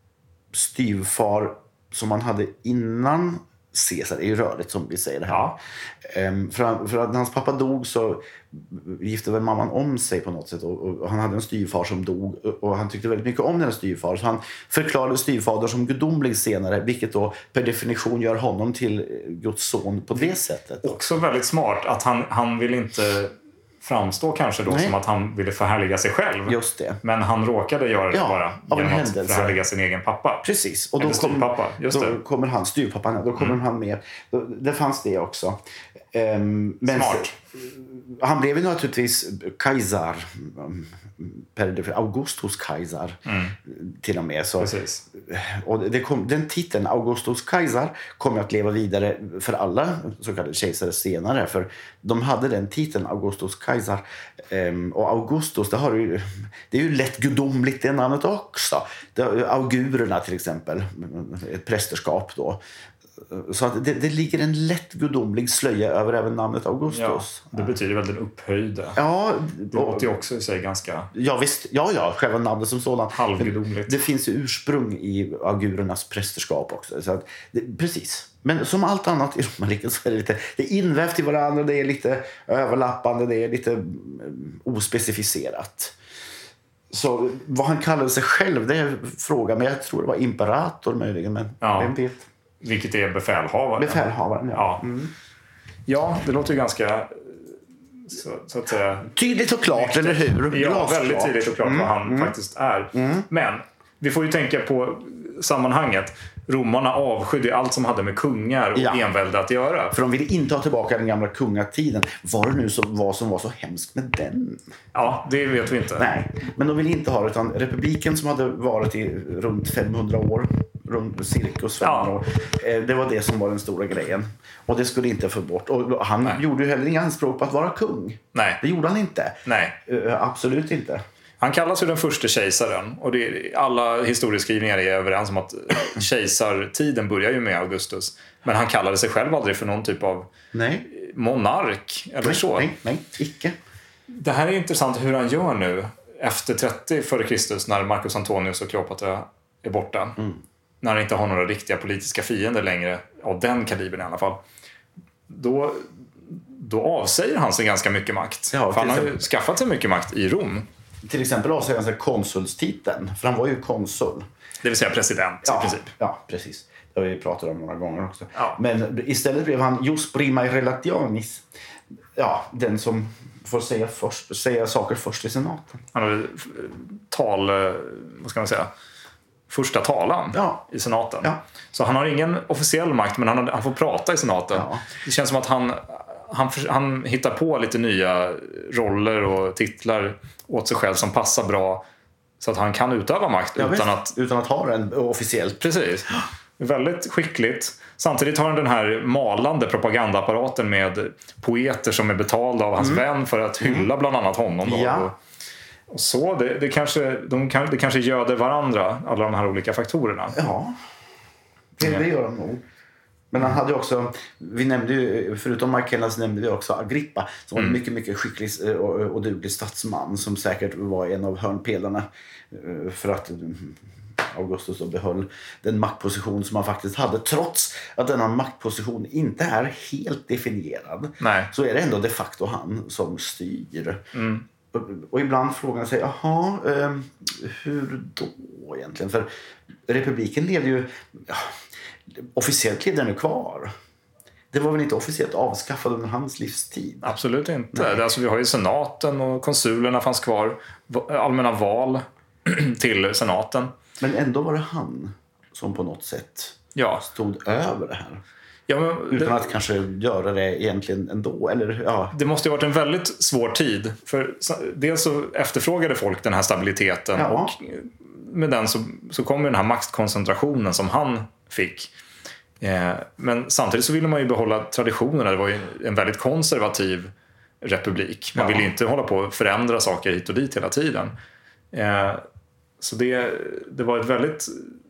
styvfar som han hade innan Caesar. Det är ju rörigt som vi säger det här. Ja. Um, för, för att när hans pappa dog så gifte väl mamman om sig på något sätt. Och, och han hade en styvfar som dog. Och han tyckte väldigt mycket om den styvfar. Så han förklarade styvfader som gudomlig senare. Vilket då per definition gör honom till Guds son på det sättet. Också väldigt smart att han, han vill inte framstår kanske då Nej. som att han ville förhärliga sig själv. Just det. Men han råkade göra det ja, bara genom att förhärliga sin egen pappa. Precis. Och då, kom, Just då det. kommer han, styrpappan, då kommer mm. han med. Då, det fanns det också. Um, men Smart. Han blev ju naturligtvis Kaiser, per Augustus Kaiser mm. till och med. Så, Precis. Och det kom, den titeln, Augustus Kaiser, kommer att leva vidare för alla så kallade kejsare senare. För de hade den titeln, Augustus Kaiser. Um, och Augustus, det, har ju, det är ju lätt gudomligt det namnet också. Det, augurerna till exempel, ett prästerskap då. Så att det, det ligger en lätt gudomlig slöja över även namnet Augustus. Ja, det betyder väl den upphöjda. Ja, det låter ju också i sig ganska... Ja, visst. Ja, ja, själva namnet som sådant. Halvgudomligt. Det finns ju ursprung i augurernas prästerskap också. Så att det, precis. Men som allt annat i romarriket så är det lite... Det är invävt i varandra, det är lite överlappande, det är lite ospecificerat. Så vad han kallade sig själv, det är frågan. Men jag tror det var imperator möjligen, men ja. vem vet. Vilket är befälhavaren. Befälhavaren, ja. Ja, mm. ja det låter ju ganska så, så att säga... Tydligt och klart, eller hur? Ja, Glasklart. Väldigt tydligt och klart mm. vad han mm. faktiskt är. Mm. Men vi får ju tänka på sammanhanget. Romarna avskydde allt som hade med kungar och ja. envälde att göra. För de ville inte ha tillbaka den gamla kungatiden. Var det nu så, vad som var så hemskt med den? Ja, det vet vi inte. Nej, men de ville inte ha det. Utan republiken som hade varit i runt femhundra år, runt cirkus femhundra ja. år, det var det som var den stora grejen. Och det skulle inte få bort. Och han Nej. gjorde ju heller inga anspråk på att vara kung. Nej. Det gjorde han inte. Nej. Uh, absolut inte. Han kallas ju den första kejsaren. Och det, alla historieskrivningar är överens om att kejsartiden börjar ju med Augustus. Men han kallade sig själv aldrig för någon typ av Nej. monark eller nej, så. Nej, nej, icke. Det här är intressant hur han gör nu efter trettio före Kristus när Marcus Antonius och Kleopatra är borta. Mm. När han inte har några riktiga politiska fiender längre, av den kalibern i alla fall. Då, då avsäger han sig ganska mycket makt. Ja, för han har ju skaffat sig mycket makt i Rom. Till exempel avsäger han sig konsulstiteln, för han var ju konsul. Det vill säga president ja, i princip. Ja, precis. Det har vi pratat om några gånger också. Ja. Men istället blev han jus prima relationis. Ja, den som får säga, först, säga saker först i senaten. Han hade tal, vad ska man säga, första talan ja. i senaten. Ja. Så han har ingen officiell makt, men han, han får prata i senaten. Ja. Det känns som att han, han, han hittar på lite nya roller och titlar åt sig själv som passar bra så att han kan utöva makt ja, utan, att, utan att ha den officiellt. Precis. Väldigt skickligt. Samtidigt har han den här malande propagandaapparaten med poeter som är betalda av hans mm. vän för att hylla bland annat honom. Då. Ja. Och, och så, det, det, kanske, de kan, det kanske göder varandra, alla de här olika faktorerna. Ja, det, det gör de nog. Men han hade också, vi nämnde ju, förutom Marcellas nämnde vi också Agrippa som var en mm. mycket, mycket skicklig och, och duglig statsman som säkert var en av hörnpelarna för att Augustus då behöll den maktposition som han faktiskt hade. Trots att denna maktposition inte är helt definierad. Nej. Så är det ändå de facto han som styr. Mm. Och, och ibland frågar man sig, jaha, eh, hur då egentligen? För republiken levde ju, ja, officiellt levde den ju kvar. Det var väl inte officiellt avskaffad under hans livstid? Absolut inte. Alltså, vi har ju senaten och konsulerna fanns kvar. Allmänna val till senaten. Men ändå var det han som på något sätt ja. stod över det här. Ja, men utan det, att kanske göra det egentligen ändå. Eller, ja. Det måste ju ha varit en väldigt svår tid. För dels så efterfrågade folk den här stabiliteten. Ja. Och med den så, så kom den här maktkoncentrationen som han fick. Eh, men samtidigt så ville man ju behålla traditionerna. Det var ju en väldigt konservativ republik. Man ja. ville inte hålla på att förändra saker hit och dit hela tiden. Eh, så det, det var ett väldigt,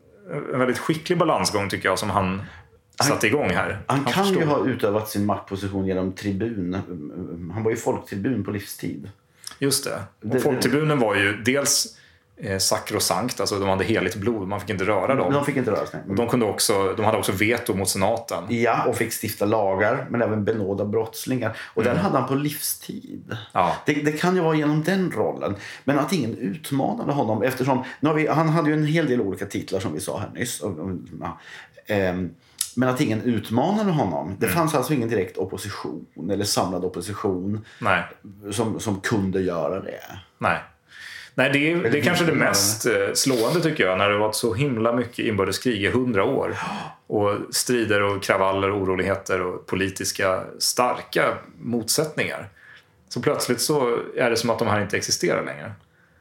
en väldigt skicklig balansgång tycker jag som han satte igång här. Han, han kan förstår. ju ha utövat sin maktposition genom tribun. Han var ju folktribun på livstid. Just det. Och det folktribunen var ju dels eh, sakrosankt, alltså de hade heligt blod, man fick inte röra dem. De fick inte röra sig. Och de, kunde också, de hade också veto mot senaten. Ja, och fick stifta lagar, men även benåda brottslingar. Och mm. den hade han på livstid. Ja. Det, det kan ju vara genom den rollen. Men att ingen utmanade honom, eftersom nu har vi, han hade ju en hel del olika titlar som vi sa här nyss. Och, och, ja, ehm, men att ingen utmanade honom. Det mm. fanns alltså ingen direkt opposition eller samlad opposition Nej. Som, som kunde göra det. Nej. Nej, det är, det är kanske det mest slående tycker jag, när det var så himla mycket inbördeskrig i hundra år och strider och kravaller och oroligheter och politiska starka motsättningar. Så plötsligt så är det som att de här inte existerar längre.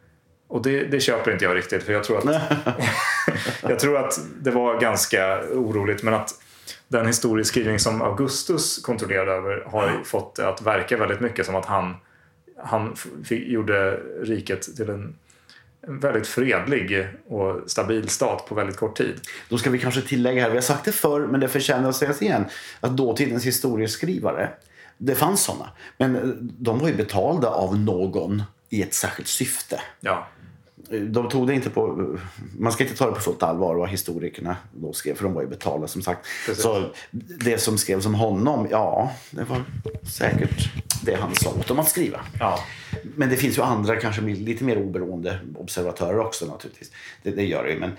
Och det, det köper inte jag riktigt, för jag tror att jag tror att det var ganska oroligt, men att den historieskrivning som Augustus kontrollerade över har fått det att verka väldigt mycket som att han Han fick, gjorde riket till en, en väldigt fredlig och stabil stat på väldigt kort tid. Då ska vi kanske tillägga här, vi har sagt det förr men det förtjänar att sägas igen, att dåtidens historieskrivare, det fanns sådana, men de var ju betalda av någon i ett särskilt syfte. Ja. De tog det inte på, man ska inte ta det på fullt allvar vad historikerna då skrev, för de var ju betalda som sagt. Precis. Så det som skrevs om honom, ja, det var säkert det han sa åt dem att skriva. Ja. Men det finns ju andra, kanske lite mer oberoende observatörer också naturligtvis. Det, det gör det ju, men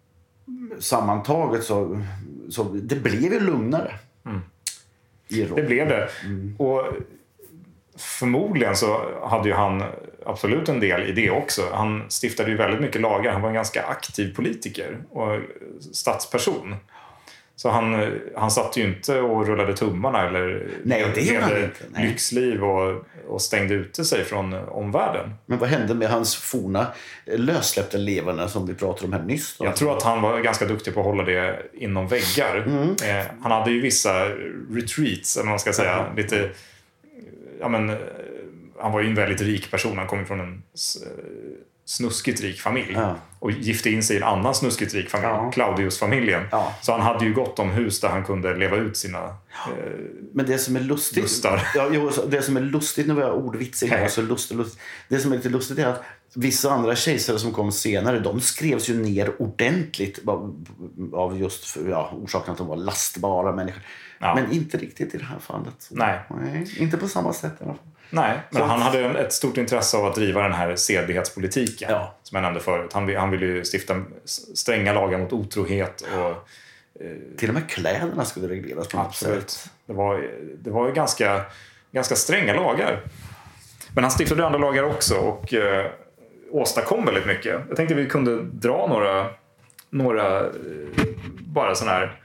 sammantaget så, så det blev ju lugnare. Mm. Det blev det. Mm. Och förmodligen så hade ju han absolut en del i det också. Han stiftade ju väldigt mycket lagar. Han var en ganska aktiv politiker och statsperson. Så han, han satt ju inte och rullade tummarna eller Nej, det levde inte. Nej. lyxliv och, och stängde ute sig från omvärlden. Men vad hände med hans forna lössläppta levande som vi pratade om här nyss? Jag tror att han var ganska duktig på att hålla det inom väggar. Mm. Eh, han hade ju vissa retreats, eller man ska säga. Mm. Lite, ja men, han var ju en väldigt rik person. Han kom från en snuskigt rik familj. Ja. Och gifte in sig i en annan snuskigt rik familj, Ja. Claudius-familjen. Ja. Så han hade ju gott om hus där han kunde leva ut sina eh, Men det som är lustigt, lustar. ja, jo, så det som är lustigt, nu var jag ordvitsig här, alltså lustigt, lustigt. Det som är lite lustigt är att vissa andra kejsare som kom senare, de skrevs ju ner ordentligt av, av just för, ja, orsaken att de var lastbara människor. Ja. Men inte riktigt i det här fallet. Nej. Nej, inte på samma sätt i alla fall. Nej, men Så- han hade ett stort intresse av att driva den här sedlighetspolitiken. Ja. Som jag nämnde förut. Han, han ville ju stifta stränga lagar mot otrohet. Och, Till och med kläderna skulle regleras på något absolut. sätt. Det var, det var ju ganska, ganska stränga lagar. Men han stiftade andra lagar också och eh, åstadkom väldigt mycket. Jag tänkte vi kunde dra några, några eh, bara sådana här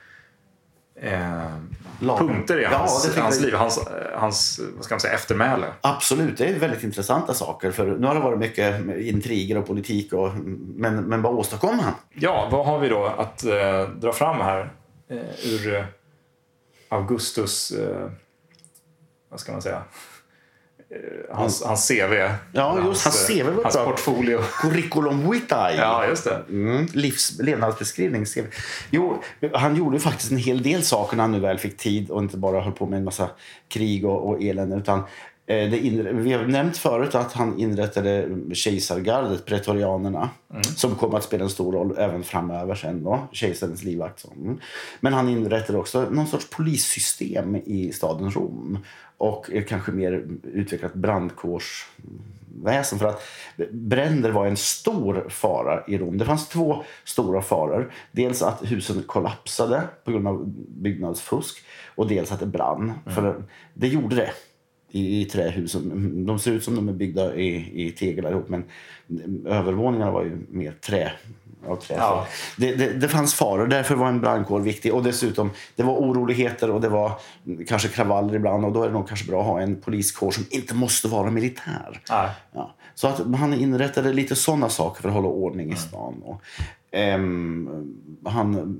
eh, Lagar. punkter i Ja, hans, det tycker hans jag- liv, hans, hans vad ska man säga, eftermäle. Absolut, det är väldigt intressanta saker. För nu har det varit mycket intriger och politik. Och, men, men vad åstadkom han? Ja, vad har vi då att eh, dra fram här eh, ur eh, Augustus, eh, vad ska man säga, eh, hans, hans C V. Ja, just hans, hans C V var Hans bra. portfolio. Curriculum vitae. Ja, just det. Mm, livs, levnadsbeskrivning. C V. Jo, han gjorde ju faktiskt en hel del saker när han nu väl fick tid och inte bara höll på med en massa krig och, och elände. Utan, eh, det inre, vi har nämnt förut att han inrättade kejsargardet, pretorianerna, mm. som kommer att spela en stor roll även framöver sen då, kejsarens livvakt. Mm. Men han inrättade också någon sorts polissystem i staden Rom och eh, kanske mer utvecklat brandkårs väsen, för att bränder var en stor fara i Rom. Det fanns två stora faror. Dels att husen kollapsade på grund av byggnadsfusk och dels att det brann. Mm. För det gjorde det i, i trähusen. De ser ut som de är byggda i, i tegel ihop, men övervåningarna var ju mer trä. Av trä. Ja. Det, det, det fanns faror, därför var en brandkår viktig. Och dessutom, det var oroligheter och det var kanske kravaller ibland. Och då är det nog kanske bra att ha en poliskår som inte måste vara militär. Nej. Ja. Så att han inrättade lite sådana saker för att hålla ordning i stan. Och, ehm, han...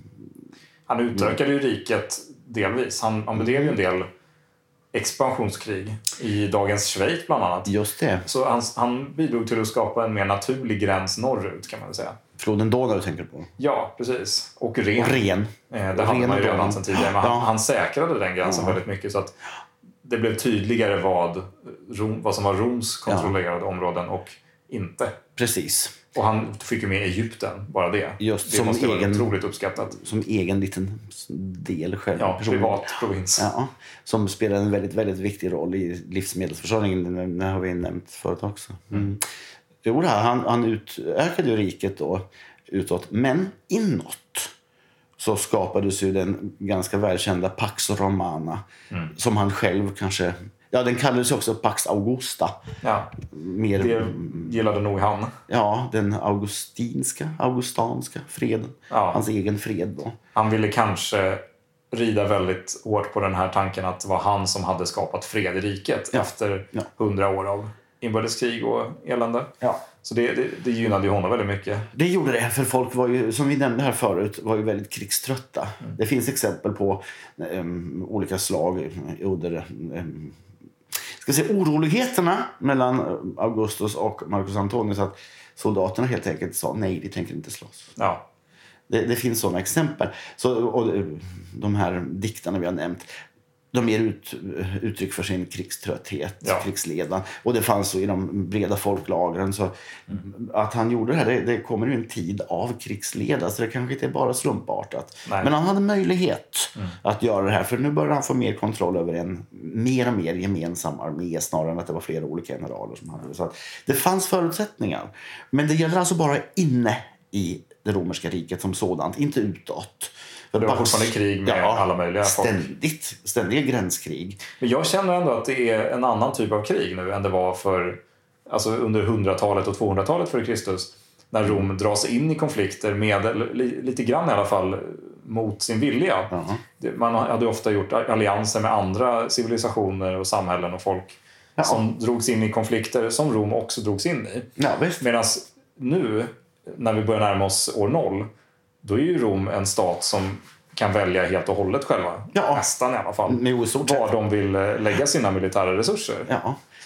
Han utökade ju riket delvis. Han, han bedrev ju en del expansionskrig i dagens Schweiz bland annat. Just det. Så han, han bidrog till att skapa en mer naturlig gräns norrut, kan man väl säga. Floden Donau du tänker på. Ja, precis. Och ren. Och ren. Eh, det Och hade ren man ju och redan Donau. sedan tidigare. Men Ja. han, han säkrade den gränsen Ja. väldigt mycket så att det blev tydligare vad, Rom, vad som var Roms kontrollerade områden och inte. Precis. Och han fick ju med Egypten, bara det. Just det som måste vara egen- otroligt uppskattat. Som egen liten del själv. Ja, personligen. privat provins. Ja, som spelar en väldigt, väldigt viktig roll i livsmedelsförsörjningen. Det har vi nämnt förut också. Mm. Jo, det här, han, han utökade ju riket då utåt. Men inåt så skapades ju den ganska välkända Pax Romana. Mm. Som han själv kanske... Ja, den kallades också Pax Augusta. Ja, Mer, det gillade nog han. ja, den augustinska, augustanska freden. Ja. Hans egen fred då. Han ville kanske rida väldigt hårt på den här tanken att det var han som hade skapat fred i riket Ja. efter Ja. hundra år av inbördeskrig och elände. Ja. Så det, det, det gynnade ju honom väldigt mycket. Det gjorde det, för folk var ju, som vi nämnde här förut, var ju väldigt krigströtta. Mm. Det finns exempel på um, olika slag under um, ska säga, oroligheterna mellan Augustus och Marcus Antonius, att soldaterna helt enkelt sa nej, vi tänker inte slåss. Ja. Det, det finns sådana exempel. Så, och de här diktarna vi har nämnt, de ger ut, uttryck för sin krigströtthet, Ja. krigsledan. Och det fanns så i de breda folklagren. Så mm. att han gjorde det här, det, det kommer ju en tid av krigsleda. Så det kanske inte är bara slumpartat. Nej. Men han hade möjlighet Mm. att göra det här. För nu började han få mer kontroll över en mer och mer gemensam armé. Snarare än att det var flera olika generaler som hade det. Så att det fanns förutsättningar. Men det gäller alltså bara inne i det romerska riket som sådant. Inte utåt. Det var fortfarande krig med alla möjliga folk. Ständigt, ständiga gränskrig. Men jag känner ändå att det är en annan typ av krig nu än det var för, alltså under hundratalet och tvåhundratalet före Kristus. När Rom dras in i konflikter med, lite grann i alla fall, mot sin vilja. Uh-huh. Man hade ofta gjort allianser med andra civilisationer och samhällen och folk uh-huh. som drogs in i konflikter som Rom också drogs in i. Ja, medan nu, när vi börjar närma oss år noll, då är ju Rom en stat som kan välja helt och hållet själva. Ja. Nästan i alla fall. Med var de vill lägga sina militära resurser. Ja.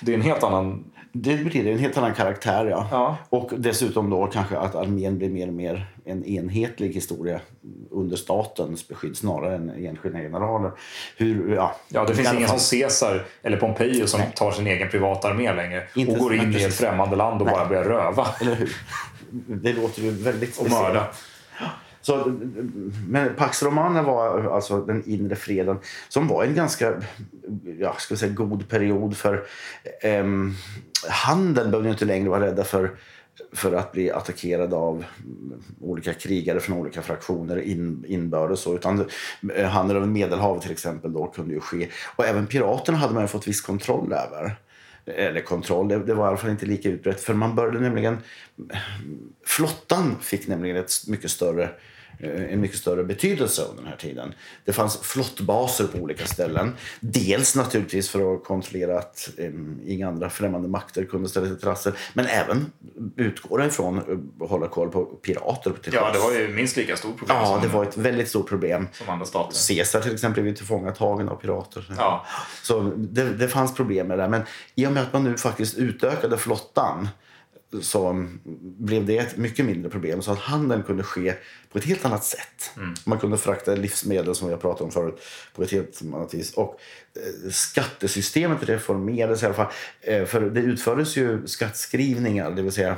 Det är en helt annan... Det blir en helt annan karaktär, ja. ja. Och dessutom då kanske att armén blir mer och mer en enhetlig historia under statens beskydd snarare än enskilda generaler. Hur, ja, ja, det finns ingen fall... som Caesar eller Pompejus som Nej. tar sin egen privata armé längre Inte och går in i ett främmande land och Nej. bara börjar röva. Eller hur? Det låter ju väldigt speciellt. Och mörda. Så, men Pax Romana var alltså den inre freden som var en ganska ja, ska säga, god period för eh, handeln behövde inte längre vara rädda för, för att bli attackerad av olika krigare från olika fraktioner in, inbördes så, utan handel över Medelhavet till exempel då kunde ju ske. Och även piraterna hade man fått viss kontroll över. Eller kontroll, det, det var i alla fall inte lika utbrett. För man började nämligen... Flottan fick nämligen ett mycket större, en mycket större betydelse under den här tiden. Det fanns flottbaser på olika ställen. Dels naturligtvis för att kontrollera att um, inga andra främmande makter kunde ställa sig till rassel. Men även utgår ifrån att hålla koll på pirater. Till ja, det var ju minst lika stort problem. Ja, det var ett väldigt stort problem. Som andra stater. Caesar till exempel blev tillfångatagen av pirater. Ja. Så det, det fanns problem med det. Men i och med att man nu faktiskt utökade flottan så blev det ett mycket mindre problem så att handeln kunde ske på ett helt annat sätt. Mm. Man kunde frakta livsmedel som vi har pratat om förut på ett helt annat vis. Och eh, skattesystemet reformerades i alla fall. Eh, för det utfördes ju skattskrivningar, det vill säga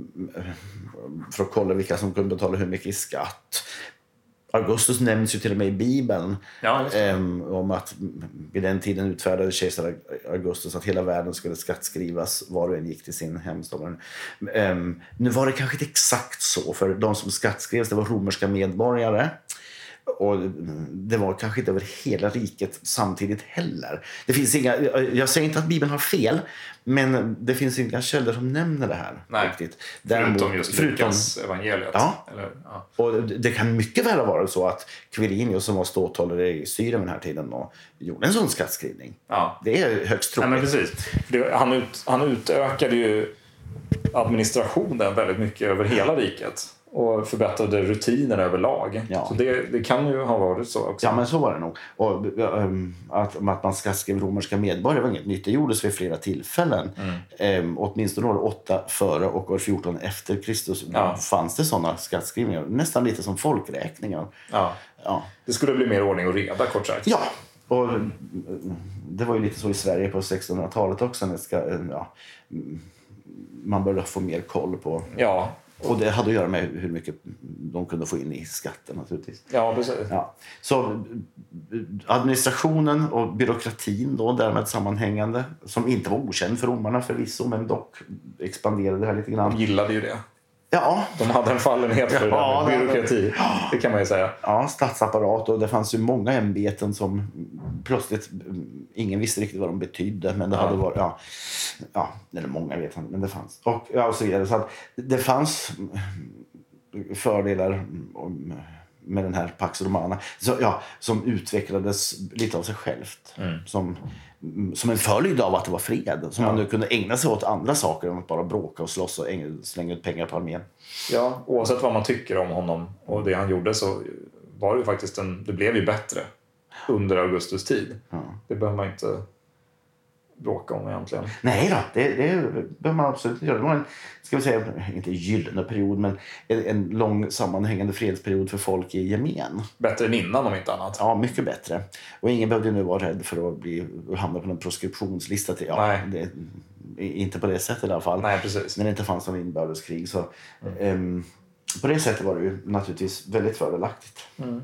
för att kolla vilka som kunde betala hur mycket i skatt. Augustus nämns ju till och med i Bibeln ja, um, om att vid den tiden utfärdade kejsar Augustus att hela världen skulle skattskrivas var och en gick till sin hemstad. Um, nu var det kanske inte exakt så, för de som skattskrevs det var romerska medborgare. Och det var kanske inte över hela riket samtidigt heller. Det finns inga, jag säger inte att Bibeln har fel, men det finns inga källor som nämner det här. Nej, riktigt. Däremot, förutom just Lukas evangeliet. Ja, Eller, ja. Och det kan mycket väl vara så att Quirinius som var ståthållare i Syrien den här tiden och gjorde en sån skattskrivning. Ja. Det är högst troligt. Ja, men precis. Det, han, ut, han utökade ju administrationen väldigt mycket över hela riket. Och förbättrade rutinerna överlag. Ja. Så det, det kan ju ha varit så också. Ja, men så var det nog. Och um, att, att man ska skriva romerska medborgare var inget nytt. Det gjordes vid flera tillfällen. Mm. Um, åtminstone år åtta före och år fjorton efter Kristus ja. fanns det sådana skattskrivningar. Nästan lite som folkräkningar. Ja. Ja. Det skulle bli mer ordning och reda, kort sagt. Ja, och det var ju lite så i Sverige på sextonhundratalet också. När det ska, ja, man började få mer koll på... Ja. Och det hade att göra med hur mycket de kunde få in i skatten naturligtvis. Ja, precis. Ja. Så administrationen och byråkratin då därmed sammanhängande, som inte var okänd för romarna förvisso, men dock expanderade det här lite grann. De gillade ju det. Ja. De hade en fallenhet för ja, det byråkrati, det kan man ju säga. Ja, statsapparat, och det fanns ju många ämbeten som plötsligt ingen visste riktigt vad de betydde, men det ja. hade varit ja, ja, eller många vet han, men det fanns. Och ja, och så vidare, så att det fanns fördelar med den här Pax Romana så, ja, som utvecklades lite av sig självt. Mm. Som, som en följd av att det var fred. Som ja. man nu kunde ägna sig åt andra saker än att bara bråka och slåss och slänga ut pengar på armén. Ja, oavsett vad man tycker om honom och det han gjorde så var det ju faktiskt en, det blev ju bättre under Augustus tid. Ja. Det behöver man inte bråka om egentligen. Nej då, det, det behöver man absolut inte göra. Det var en, ska vi säga, inte gyllene period, men en, en lång sammanhängande fredsperiod för folk i gemen. Bättre än innan om inte annat. Ja, mycket bättre. Och ingen behövde nu vara rädd för att bli, hamna på en proskriptionslista. Till, ja, Nej. Det, inte på det sättet i alla fall. Nej, precis. När det inte fanns någon inbördeskrig. Så, mm. um, på det sättet var det ju naturligtvis väldigt fördelaktigt. Mm.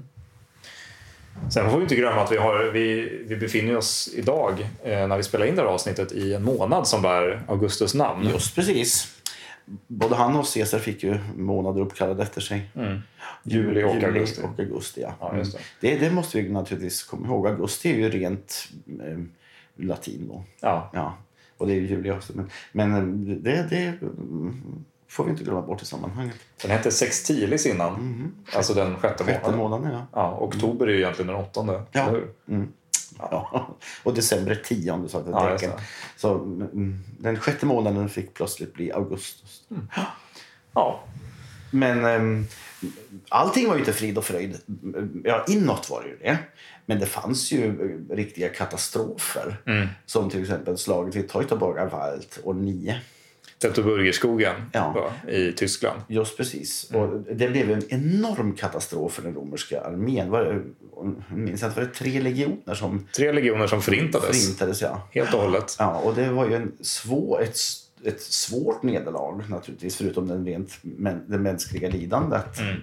Sen får vi inte glömma att vi, har, vi, vi befinner oss idag eh, när vi spelar in det här avsnittet i en månad som bär Augustus namn. Just precis. Både han och Caesar fick ju månader uppkallade efter sig. Mm. Juli och Juli augusti. Och augusti ja. Ja, just det. Det, det måste vi naturligtvis komma ihåg. Augusti är ju rent eh, latin då. Ja. Ja. Och det är ju juli också. Men, men det... det får vi inte glömma bort i sammanhanget. Den hette Sextilis innan. Mm. Alltså den sjätte månaden. Sjätte månaden, ja. Ja, oktober är ju egentligen den åttonde. Ja. Eller hur? Mm. Ja. Och december är tionde. Så, att ja, det. Så mm, den sjätte månaden fick plötsligt bli augustus. Mm. Ja. Men allting var ju inte frid och fröjd. Ja, inåt var det ju det. Men det fanns ju riktiga katastrofer. Mm. Som till exempel slaget vid Teutoburger Wald år nio. Teutoburgerskogen ja. i Tyskland. Just precis. Mm. Och det blev en enorm katastrof för den romerska armén. Var det, minns att det var tre legioner som... Tre legioner som förintades. Förintades, ja. Helt och hållet. Ja, och det var ju en svår, ett, ett svårt nederlag naturligtvis. Förutom den rent det mänskliga lidandet. Mm.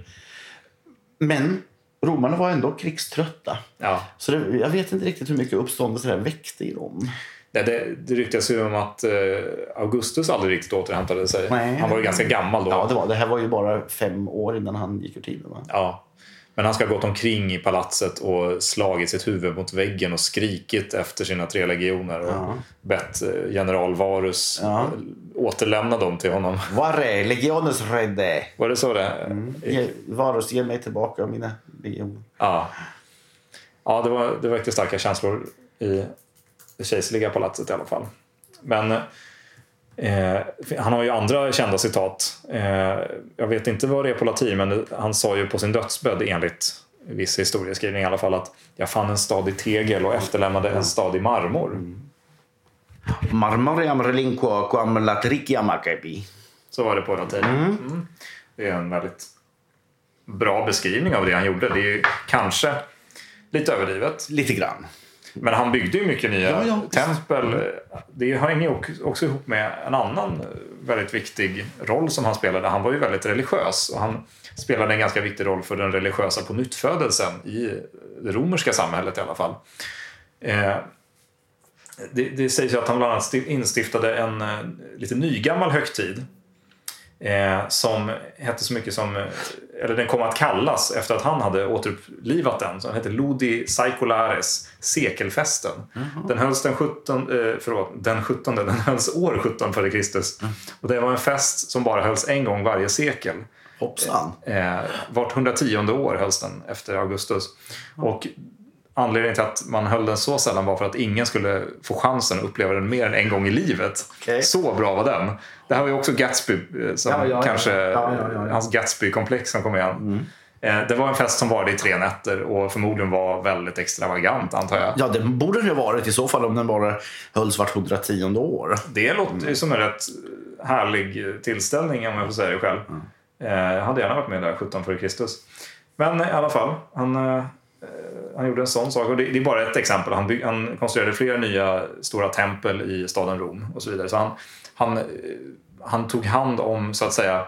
Men romarna var ändå krigströtta. Ja. Så det, jag vet inte riktigt hur mycket uppståndelse det väckte i dem. Det, det, det ryktas ju om att eh, Augustus aldrig riktigt återhämtade sig. Nej. Han var ju ganska gammal då. Ja, det, var, det här var ju bara fem år innan han gick ur tiden. Va? Ja, men han ska ha gått omkring i palatset och slagit sitt huvud mot väggen och skrikit efter sina tre legioner och ja. bett general Varus ja. återlämna dem till honom. Varre, legionens rädde. Var det så det? Mm. Ge, Varus, ge mig tillbaka mina legioner. Ja, ja det var det väckte starka känslor i det kejserliga palatset i alla fall. Men eh, han har ju andra kända citat. Eh, jag vet inte vad det är på latin, men han sa ju på sin dödsbädd enligt viss historieskrivning i alla fall att jag fann en stad i tegel och efterlämnade en stad i marmor. Mm. Marmoriam relinquo quam latriciam acapi. Så var det på latin. Mm. Mm. Det är en väldigt bra beskrivning av det han gjorde. Det är ju kanske lite överdrivet. Lite grann. Men han byggde ju mycket nya ja, ja, tempel. Det hänger också ihop med en annan väldigt viktig roll som han spelade. Han var ju väldigt religiös och han spelade en ganska viktig roll för den religiösa pånyttfödelsen i det romerska samhället i alla fall. Eh, det, det sägs ju att han bland annat instiftade en eh, lite nygammal högtid eh, som hette så mycket som, eller den kom att kallas efter att han hade återupplivat den. Så den hette Ludi Saeculares, sekelfesten. Mm-hmm. Den hölls den sjuttonde, eh, förlåt, den sjuttonde, den hölls år sjutton före Kristus. Mm. Och det var en fest som bara hölls en gång varje sekel. Hoppsan. Eh, vart hundrationde år hölls den efter Augustus. Mm. Och anledningen till att man höll den så sällan var för att ingen skulle få chansen att uppleva den mer än en gång i livet. Okay. Så bra var den. Det här var ju också Gatsby, som ja, ja, kanske, ja, ja, ja, ja. hans Gatsby-komplex som kom igen. Mm. Eh, det var en fest som varade i tre nätter och förmodligen var väldigt extravagant, antar jag. Ja, det borde det ha varit i så fall om den bara hölls vart hundrationde år. Det låter ju mm. som en rätt härlig tillställning om jag får säga det själv. Mm. Eh, jag hade gärna varit med där sjutton före Kristus. Men i alla fall, han... Eh, Han gjorde en sån sak och det är bara ett exempel. Han, bygg, han konstruerade flera nya stora tempel i staden Rom och så vidare. Så han, han, han tog hand om, så att säga,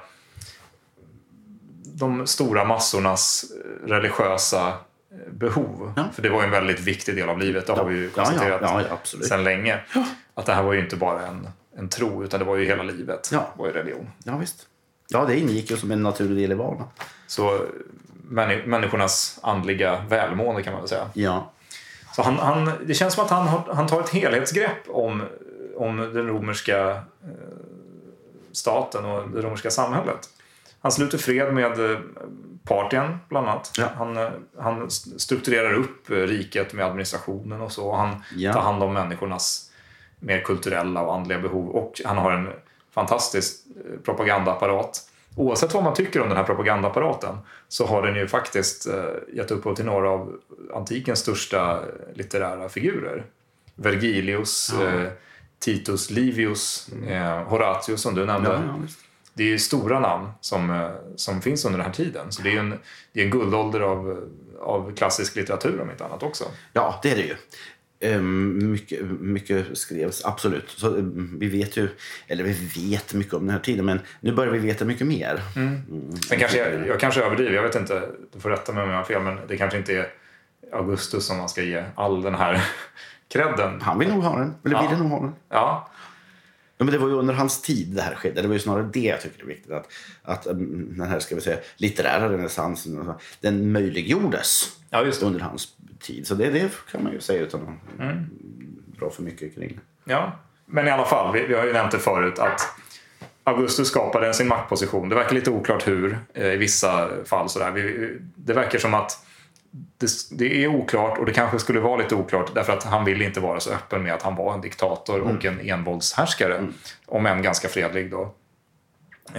de stora massornas religiösa behov. Ja. För det var en väldigt viktig del av livet. Det har vi ju konstaterat ja, ja, ja, sedan länge. Ja. Att det här var ju inte bara en, en tro, utan det var ju hela livet. Ja. Var ju religion. Ja, visst. Ja, det ingick ju som en naturlig del i vardagen. Så människornas andliga välmående kan man väl säga. Ja. Så han, han, det känns som att han, han tar ett helhetsgrepp om, om den romerska staten och det romerska samhället. Han sluter fred med Partien bland annat. Ja. Han, han strukturerar upp riket med administrationen och så. Han ja. tar hand om människornas mer kulturella och andliga behov. Och han har en fantastisk propagandaapparat. Oavsett vad man tycker om den här propagandaapparaten så har den ju faktiskt eh, gett upphov till några av antikens största litterära figurer. Vergilius, ja. eh, Titus Livius, eh, Horatius som du nämnde. Ja, ja, det är ju stora namn som, eh, som finns under den här tiden. Så det är ju en, det är en guldålder av, av klassisk litteratur om inte annat också. Ja, det är det ju. Um, mycket, mycket skrevs, absolut. Så, um, vi vet ju, eller vi vet mycket om den här tiden, men nu börjar vi veta mycket mer. Mm. Mm. Sen kanske jag, jag kanske överdriver, jag vet inte, du får rätta mig om jag har fel, men det kanske inte är Augustus som man ska ge all den här credden. Han vill nog ha den, eller vill ja. nog ha den. Ja. Ja, men det var ju under hans tid det här skedde. Det var ju snarare det jag tycker är viktigt. Att, att um, den här, ska vi säga, litterära renässansen, den möjliggjordes ja, just det. under hans tid. Så det, det kan man ju säga utan att mm. dra för mycket kring. Ja, men i alla fall, vi, vi har ju nämnt det förut att Augustus skapade sin maktposition. Det verkar lite oklart hur eh, i vissa fall. Sådär. Vi, det verkar som att det, det är oklart, och det kanske skulle vara lite oklart därför att han ville inte vara så öppen med att han var en diktator mm. och en envåldshärskare, mm. om än ganska fredlig då. Eh,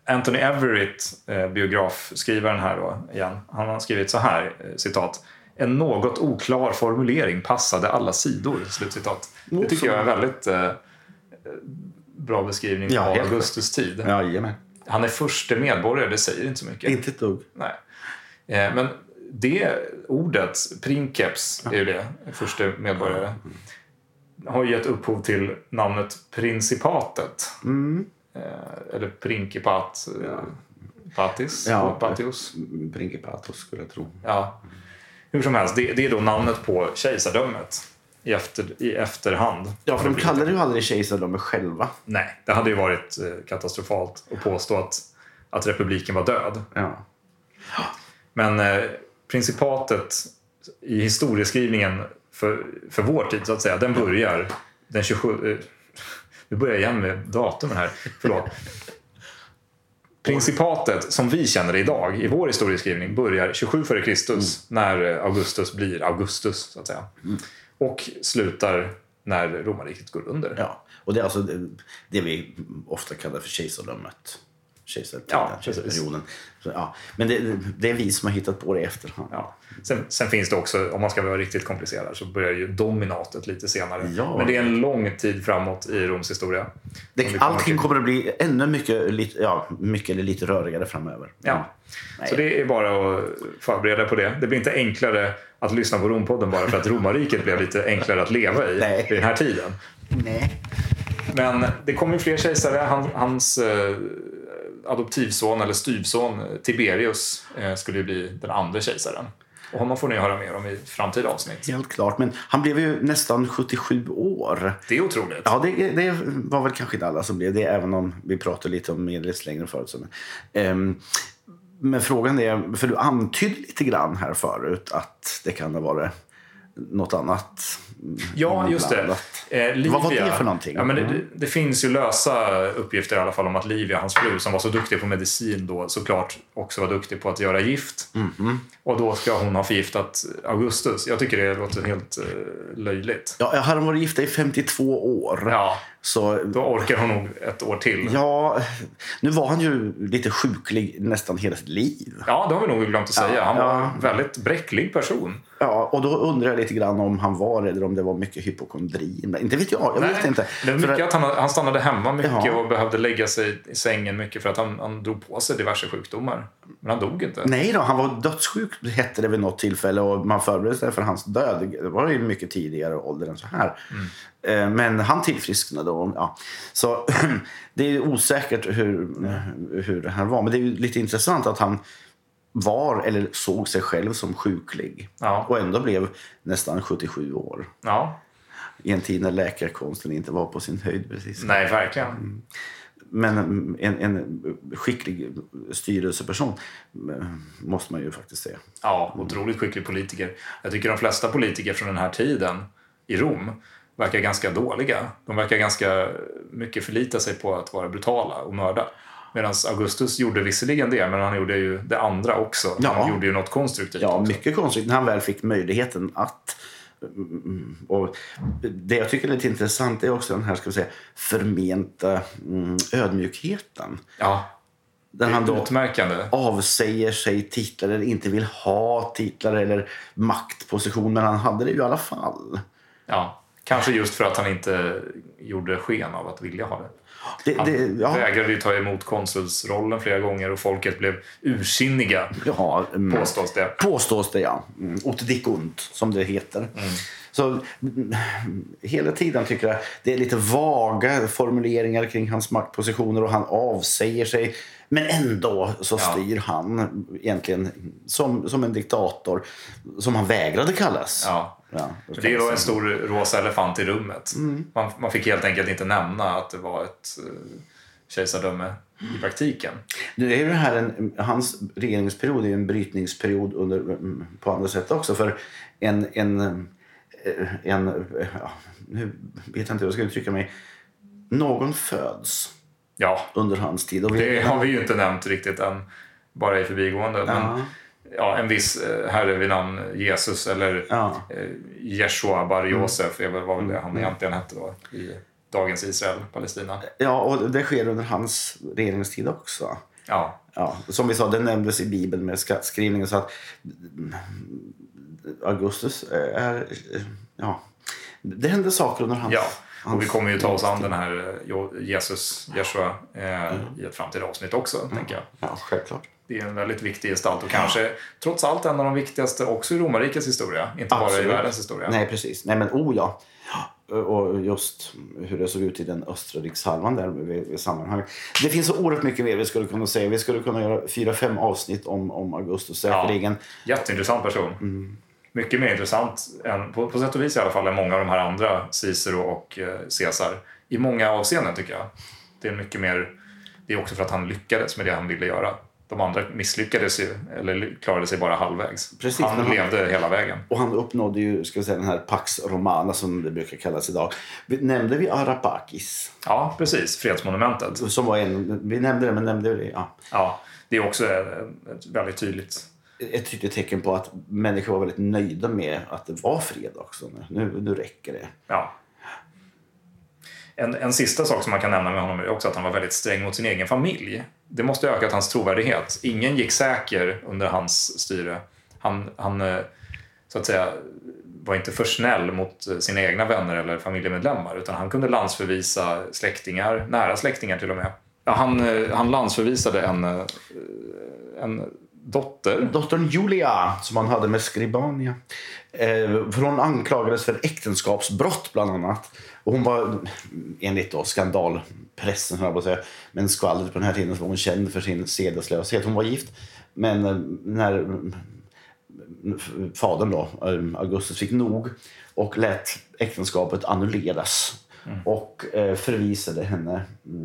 Anthony Everett, eh, biografskrivaren här då, igen, han har skrivit så här, eh, citat: en något oklar formulering passade alla sidor, slutcitat. Det tycker jag är en väldigt eh, bra beskrivning ja, av Augustus tid. Ja, jajamän. Han är första medborgare, det säger inte så mycket. Inte ett dugg. Nej. Eh, men det ordet, princeps, är ju det, första medborgare, har gett upphov till namnet principatet. Mm. Eh, eller principat, ja. Patis, ja, patios. Principatos skulle jag tro. Ja. Hur som helst, det, det är då namnet på kejsardömet i, efter, i efterhand. Ja, för de kallade ju aldrig kejsardöme själva. Nej, det hade ju varit katastrofalt att påstå att, att republiken var död. Ja. Men eh, principatet i historieskrivningen för, för vår tid, så att säga, den börjar den tjugosju... Eh, vi börjar igen med datumen här, förlåt. Principatet som vi känner det idag i vår historieskrivning börjar tjugosju före Kristus mm. när Augustus blir Augustus, så att säga. Mm. Och slutar när romarriket går under. Ja, och det är alltså det, det vi ofta kallar för kejsardömet. Kejsartiden, ja, kejsarperioden. Så, ja. Men det, det är vi som har hittat på det i efterhand. Ja. Sen, sen finns det också, om man ska vara riktigt komplicerad, så börjar ju dominatet lite senare. Ja. Men det är en lång tid framåt i Roms historia. Det, allting kommer att bli ännu mycket, lite, ja, mycket eller lite rörigare framöver. Ja, Nej. Så det är bara att förbereda på det. Det blir inte enklare att lyssna på Rompodden bara för att romarriket blev lite enklare att leva i Nej. i den här tiden. Nej. Men det kommer ju fler kejsare. Han, hans eh, adoptivson eller styvson Tiberius eh, skulle ju bli den andra kejsaren. Och honom får ni höra mer om i framtida avsnitt. Helt klart, men han blev ju nästan sjuttiosju år. Det är otroligt. Ja, det, det var väl kanske inte alla som blev det, även om vi pratade lite om medellivslängden förut. Um, men frågan är, för du antydde lite grann här förut att det kan ha varit något annat. Ja, just det. Eh, Livia, vad var det för någonting? Ja, men det, det finns ju lösa uppgifter i alla fall om att Livia, hans fru, som var så duktig på medicin då, såklart också var duktig på att göra gift. Mm-hmm. Och då ska hon ha förgiftat Augustus. Jag tycker det låter helt eh, löjligt. Ja, jag hade varit gifta i femtiotvå år. Ja, så då orkar hon nog ett år till. Ja, nu var han ju lite sjuklig nästan hela sitt liv. Ja, det har vi nog glömt att säga. Han var ja. en väldigt bräcklig person. Ja, och då undrar jag lite grann om han var eller om det var mycket hypokondri. Inte vet jag, jag Nej, vet inte. Det var mycket att, att han, han stannade hemma mycket ja. och behövde lägga sig i sängen mycket för att han, han drog på sig diverse sjukdomar. Men han dog inte. Nej då, han var dödssjuk hette det vid något tillfälle och man förberedde sig för hans död. Det var ju mycket tidigare ålder än så här. Mm. Men han tillfrisknade och ja. Så det är osäkert hur, hur det här var. Men det är ju lite intressant att han var eller såg sig själv som sjuklig. Ja. Och ändå blev nästan sjuttiosju år. Ja. I en tid när läkarkonsten inte var på sin höjd precis. Nej, verkligen. Mm. Men en, en skicklig styrelseperson måste man ju faktiskt säga. Ja, otroligt skicklig politiker. Jag tycker de flesta politiker från den här tiden i Rom verkar ganska dåliga. De verkar ganska mycket förlita sig på att vara brutala och mörda. Medan Augustus gjorde visserligen det, men han gjorde ju det andra också. Ja. Han gjorde ju något konstruktivt. Ja, också. Mycket konstruktivt. När han väl fick möjligheten att... Och det jag tycker är lite intressant är också den här, ska vi säga, förmenta ödmjukheten. Ja, där han då utmärkande. Avsäger sig titlar eller inte vill ha titlar eller maktposition, men han hade det ju i alla fall. Ja, kanske just för att han inte gjorde sken av att vilja ha det. Det, han det, ja. vägrade ju ta emot konsulsrollen flera gånger och folket blev ursinniga. Ja, mm, påstås det. Påstås det, ja. Mm, ut dic ut, som det heter. Mm. Så mm, hela tiden tycker jag det är lite vaga formuleringar kring hans maktpositioner och han avsäger sig. Men ändå så styr ja. han egentligen som, som en diktator som han vägrade kallas. Ja. Ja, det, det var en stor rosa elefant i rummet. Mm. Man, man fick helt enkelt inte nämna att det var ett uh, kejsardöme i praktiken. Nu är det här en, hans regeringsperiod är en brytningsperiod under, på andra sätt också. För en, en, en ja, nu vet jag inte hur jag ska uttrycka mig. Någon föds ja. under hans tid. Och vi, det har vi ju inte nämnt riktigt än, bara i förbigående. Ja. Men ja, en viss herre vid namn Jesus eller ja. Jeshua Bar Josef är väl vad det han egentligen hette då i dagens Israel, Palestina. Ja, och det sker under hans regeringstid också. Ja. Ja, som vi sa, det nämndes i Bibeln med skattskrivningen, så att Augustus är, ja, det hände saker under hans... Ja, och vi kommer ju ta oss an den här Jesus, Jeshua eh, mm. i ett framtida avsnitt också, mm. tänker jag. Ja, självklart. Det är en väldigt viktig gestalt och kanske trots allt en av de viktigaste också i romarrikets historia, inte Absolut. bara i världens historia. Nej, precis. Nej, men oh ja. Och just hur det såg ut i den östra rikshalvan där vid, vid sammanhang. Det finns så oerhört mycket mer vi skulle kunna säga. Vi skulle kunna göra fyra, fem avsnitt om, om Augustus säkerligen. Ja, jätteintressant person. Mm. Mycket mer intressant, än, på, på sätt och vis i alla fall, än många av de här andra, Cicero och eh, Caesar. I många avseenden tycker jag. Det är mycket mer, det är också för att han lyckades med det han ville göra. De andra misslyckades ju, eller klarade sig bara halvvägs. Precis, han, han levde hela vägen. Och han uppnådde ju, ska vi säga, den här Pax Romana som det brukar kallas idag. Vi, nämnde vi Arapakis? Ja, precis. Fredsmonumentet. Som var en, vi nämnde det, men nämnde vi det? Ja. Ja, det är också ett väldigt tydligt... Ett tydligt tecken på att människor var väldigt nöjda med att det var fred också. Nu, nu räcker det. Ja. En, en sista sak som man kan nämna med honom är också att han var väldigt sträng mot sin egen familj. Det måste öka hans trovärdighet. Ingen gick säker under hans styre. Han, han så att säga, var inte för snäll mot sina egna vänner eller familjemedlemmar, utan han kunde landsförvisa släktingar, nära släktingar till och med. Ja, han, han landsförvisade en, en dotter. Dottern Julia, som han hade med Skribania. Eh, för hon anklagades för äktenskapsbrott bland annat. Och hon var, enligt då skandalpressen, höll jag på att säga, men skvallret på den här tiden, så var hon känd för sin sedeslöshet. Hon var gift, men när fadern då, Augustus, fick nog och lät äktenskapet annulleras mm. och förvisade henne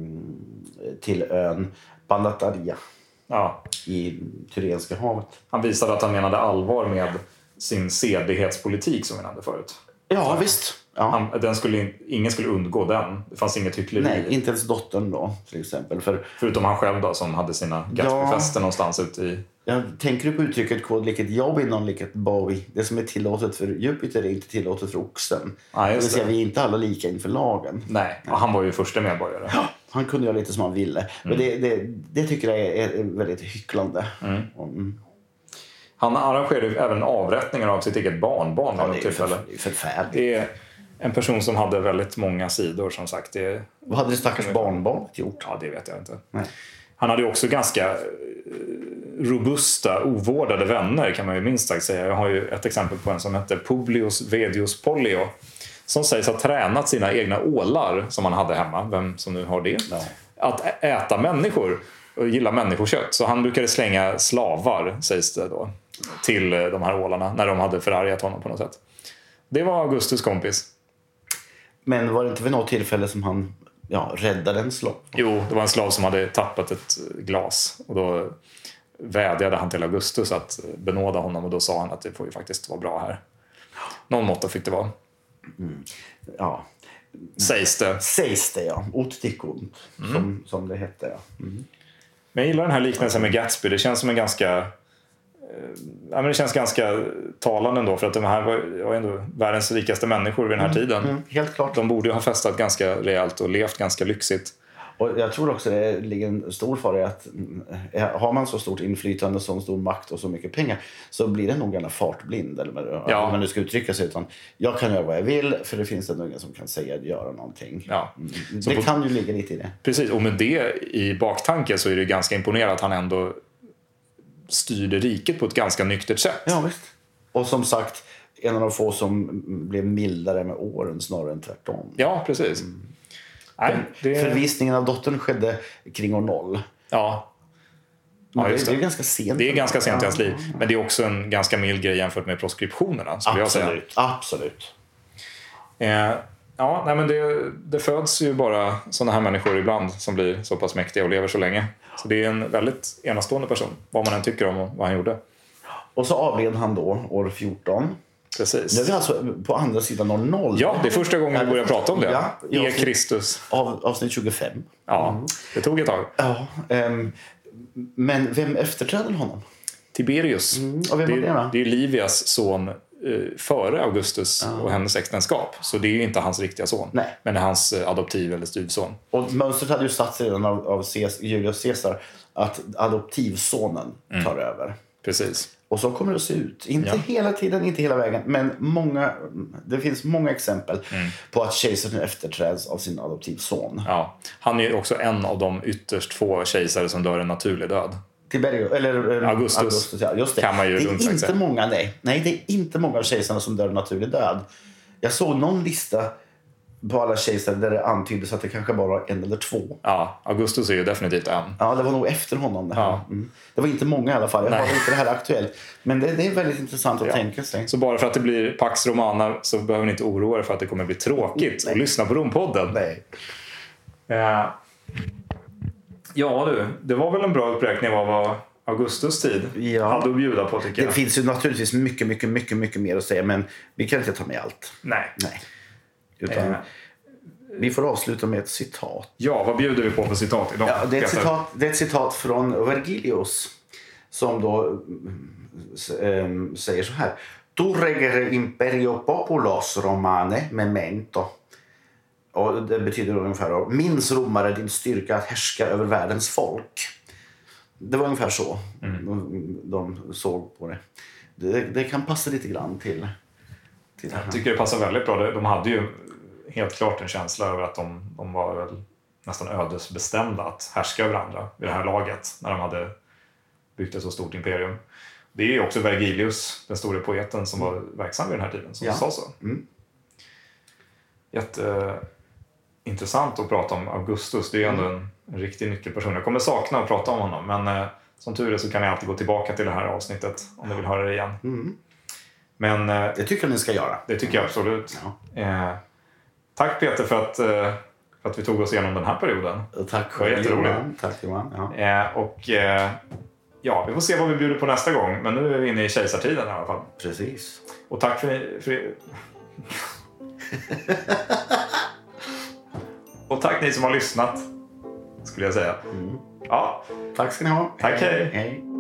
till ön Bandataria. Ja. I Tyrenska havet. Han visade att han menade allvar med sin sedlighetspolitik som vi nämnde förut. Ja, visst. Ja. Han, den skulle, ingen skulle undgå den. Det fanns inget hyckleri. Nej, inte ens dottern då, till exempel. För, Förutom han själv då, som hade sina Gatsbyfester ja, någonstans ute i... Jag tänker du på uttrycket kod liket jobb inom liket bowie. Det som är tillåtet för Jupiter är inte tillåtet för oxen. Ja, det vill säga, vi är inte alla lika inför lagen. Nej, och han var ju första medborgare. Ja, han kunde göra lite som han ville. Mm. Men det, det, det tycker jag är, är väldigt hycklande. Mm. Mm. Han arrangerade även avrättningar av sitt eget barnbarn. Ja, det är för, förfärligt. Det är en person som hade väldigt många sidor, som sagt. Det, vad hade det stackars barnbarnet gjort? Ja, det vet jag inte. Nej. Han hade ju också ganska robusta, ovårdade vänner, kan man ju minst sagt säga. Jag har ju ett exempel på en som heter Publius Vedius Pollio, som sägs ha tränat sina egna ålar som han hade hemma, vem som nu har det, ja. att äta människor och gilla människokött. Så han brukade slänga slavar, sägs det då, till de här ålarna när de hade förargat honom på något sätt. Det var Augustus kompis. Men var det inte vid något tillfälle som han ja, räddade en slav? Jo, det var en slav som hade tappat ett glas. Och då vädjade han till Augustus att benåda honom. Och då sa han att det får ju faktiskt vara bra här. Någon måtta fick det vara. Mm. Ja. Sägs det. Sägs det, ja. Ottikont, mm. som, som det hette, ja. Mm. Men jag gillar den här liknelsen med Gatsby. Det känns som en ganska... Ja, men det känns ganska talande ändå, för att de här var, var ändå världens rikaste människor vid den här tiden. Mm, helt klart. De borde ju ha festat ganska rejält och levt ganska lyxigt. Och jag tror också det ligger en stor fara i att har man så stort inflytande, så stor makt och så mycket pengar, så blir det nog gärna fartblind, eller ja. om man nu ska uttrycka sig, utan jag kan göra vad jag vill, för det finns ändå ingen som kan säga att göra någonting. Ja. Mm. Det på, kan ju ligga lite i det. Precis, och med det i baktanke så är det ganska imponerande att han ändå styrde riket på ett ganska nyktert sätt. Ja, visst. Och som sagt, en av de få som blev mildare med åren snarare än tvärtom. Ja, precis. Mm. Nej, det... Förvisningen av dottern skedde kring år noll. Ja. Ja, just det. Det är ganska sent. Det är ganska sent i hans liv. Men det är också en ganska mild grej jämfört med proskriptionerna, skulle absolut, jag säga. Absolut. Eh, ja, nej, men det, det föds ju bara sådana här människor ibland som blir så pass mäktiga och lever så länge. Så det är en väldigt enastående person, vad man än tycker om vad han gjorde. Och så avled han då år fjorton. Precis. Nu är vi alltså på andra sidan år noll. Ja, det är första gången vi börjar prata om det. Ja, E. Kristus. Av, avsnitt tjugofem. Ja, mm. det tog ett tag. Ja, um, men vem efterträdde honom? Tiberius. Mm, och vem det, var det, då? det är Livias son eh, före Augustus Ja. och hennes äktenskap. Så det är ju inte hans riktiga son. Nej. Men det är hans eh, adoptiv eller styvson. Och mönstret hade ju satt sig redan av, av Caesar, Julius Caesar att adoptivsonen tar över. Precis. Och så kommer det att se ut. Inte Ja. hela tiden, inte hela vägen. Men många, det finns många exempel Mm. på att kejsaren efterträds av sin adoptivson. Ja. Han är ju också en av de ytterst få kejsare som dör en naturlig död. Tiberius, eller eh, Augustus. Augustus ja, just det. Kan man ju det lugnt är sagt inte säga. många, nej. Nej, det är inte många av kejsarna som dör en naturlig död. Jag såg någon lista på alla kejsare där det antyddes att det kanske bara var en eller två. Ja, Augustus är ju definitivt en. Ja, det var nog efter honom det här. Ja. Mm. Det var inte många i alla fall. Jag Nej. har inte det här aktuellt. Men det, det är väldigt intressant att Ja. tänka sig. Så bara för att det blir Pax Romana så behöver ni inte oroa er för att det kommer bli tråkigt Nej. att lyssna på Rompodden. Nej. Eh, ja du, det var väl en bra uppräkning av vad Augustus tid Ja. hade att bjuda på tycker Det jag. finns ju naturligtvis mycket, mycket, mycket, mycket mer att säga. Men vi kan inte ta med allt. Nej. Nej. Utan Eh. vi får avsluta med ett citat. Ja, vad bjuder vi på för citat idag? Ja, det, är ett Peter? citat, det är ett citat från Vergilius som då ähm, säger så här. Tu regere imperio populos romane memento. Och det betyder ungefär då, minns romare din styrka att härska över världens folk. Det var ungefär så Mm. de, de såg på det. det. Det kan passa lite grann till, till det här. Jag tycker det passar väldigt bra. De hade ju helt klart en känsla över att de, de var väl nästan ödesbestämda att härska över andra vid det här laget när de hade byggt ett så stort imperium. Det är ju också Vergilius, den store poeten som var verksam vid den här tiden, som Ja. sa så. Mm. Jätteintressant att prata om Augustus. Det är ju ändå en, en riktig nyckelperson. Jag kommer sakna att prata om honom, men eh, som tur är så kan jag alltid gå tillbaka till det här avsnittet om ni vill höra det igen. Mm. Men eh, Det tycker jag ni ska göra. det tycker jag absolut. Ja. Eh, tack Peter för att, eh, för att vi tog oss igenom den här perioden. Och tack Det var jätteroligt. Johan. Tack Johan. Ja. Eh, och eh, ja, vi får se vad vi bjuder på nästa gång. Men nu är vi inne i kejsartiden i alla fall. Precis. Och tack för... för... och tack ni som har lyssnat, skulle jag säga. Mm. Ja, Tack ska ni ha. Tack, hej. Hej.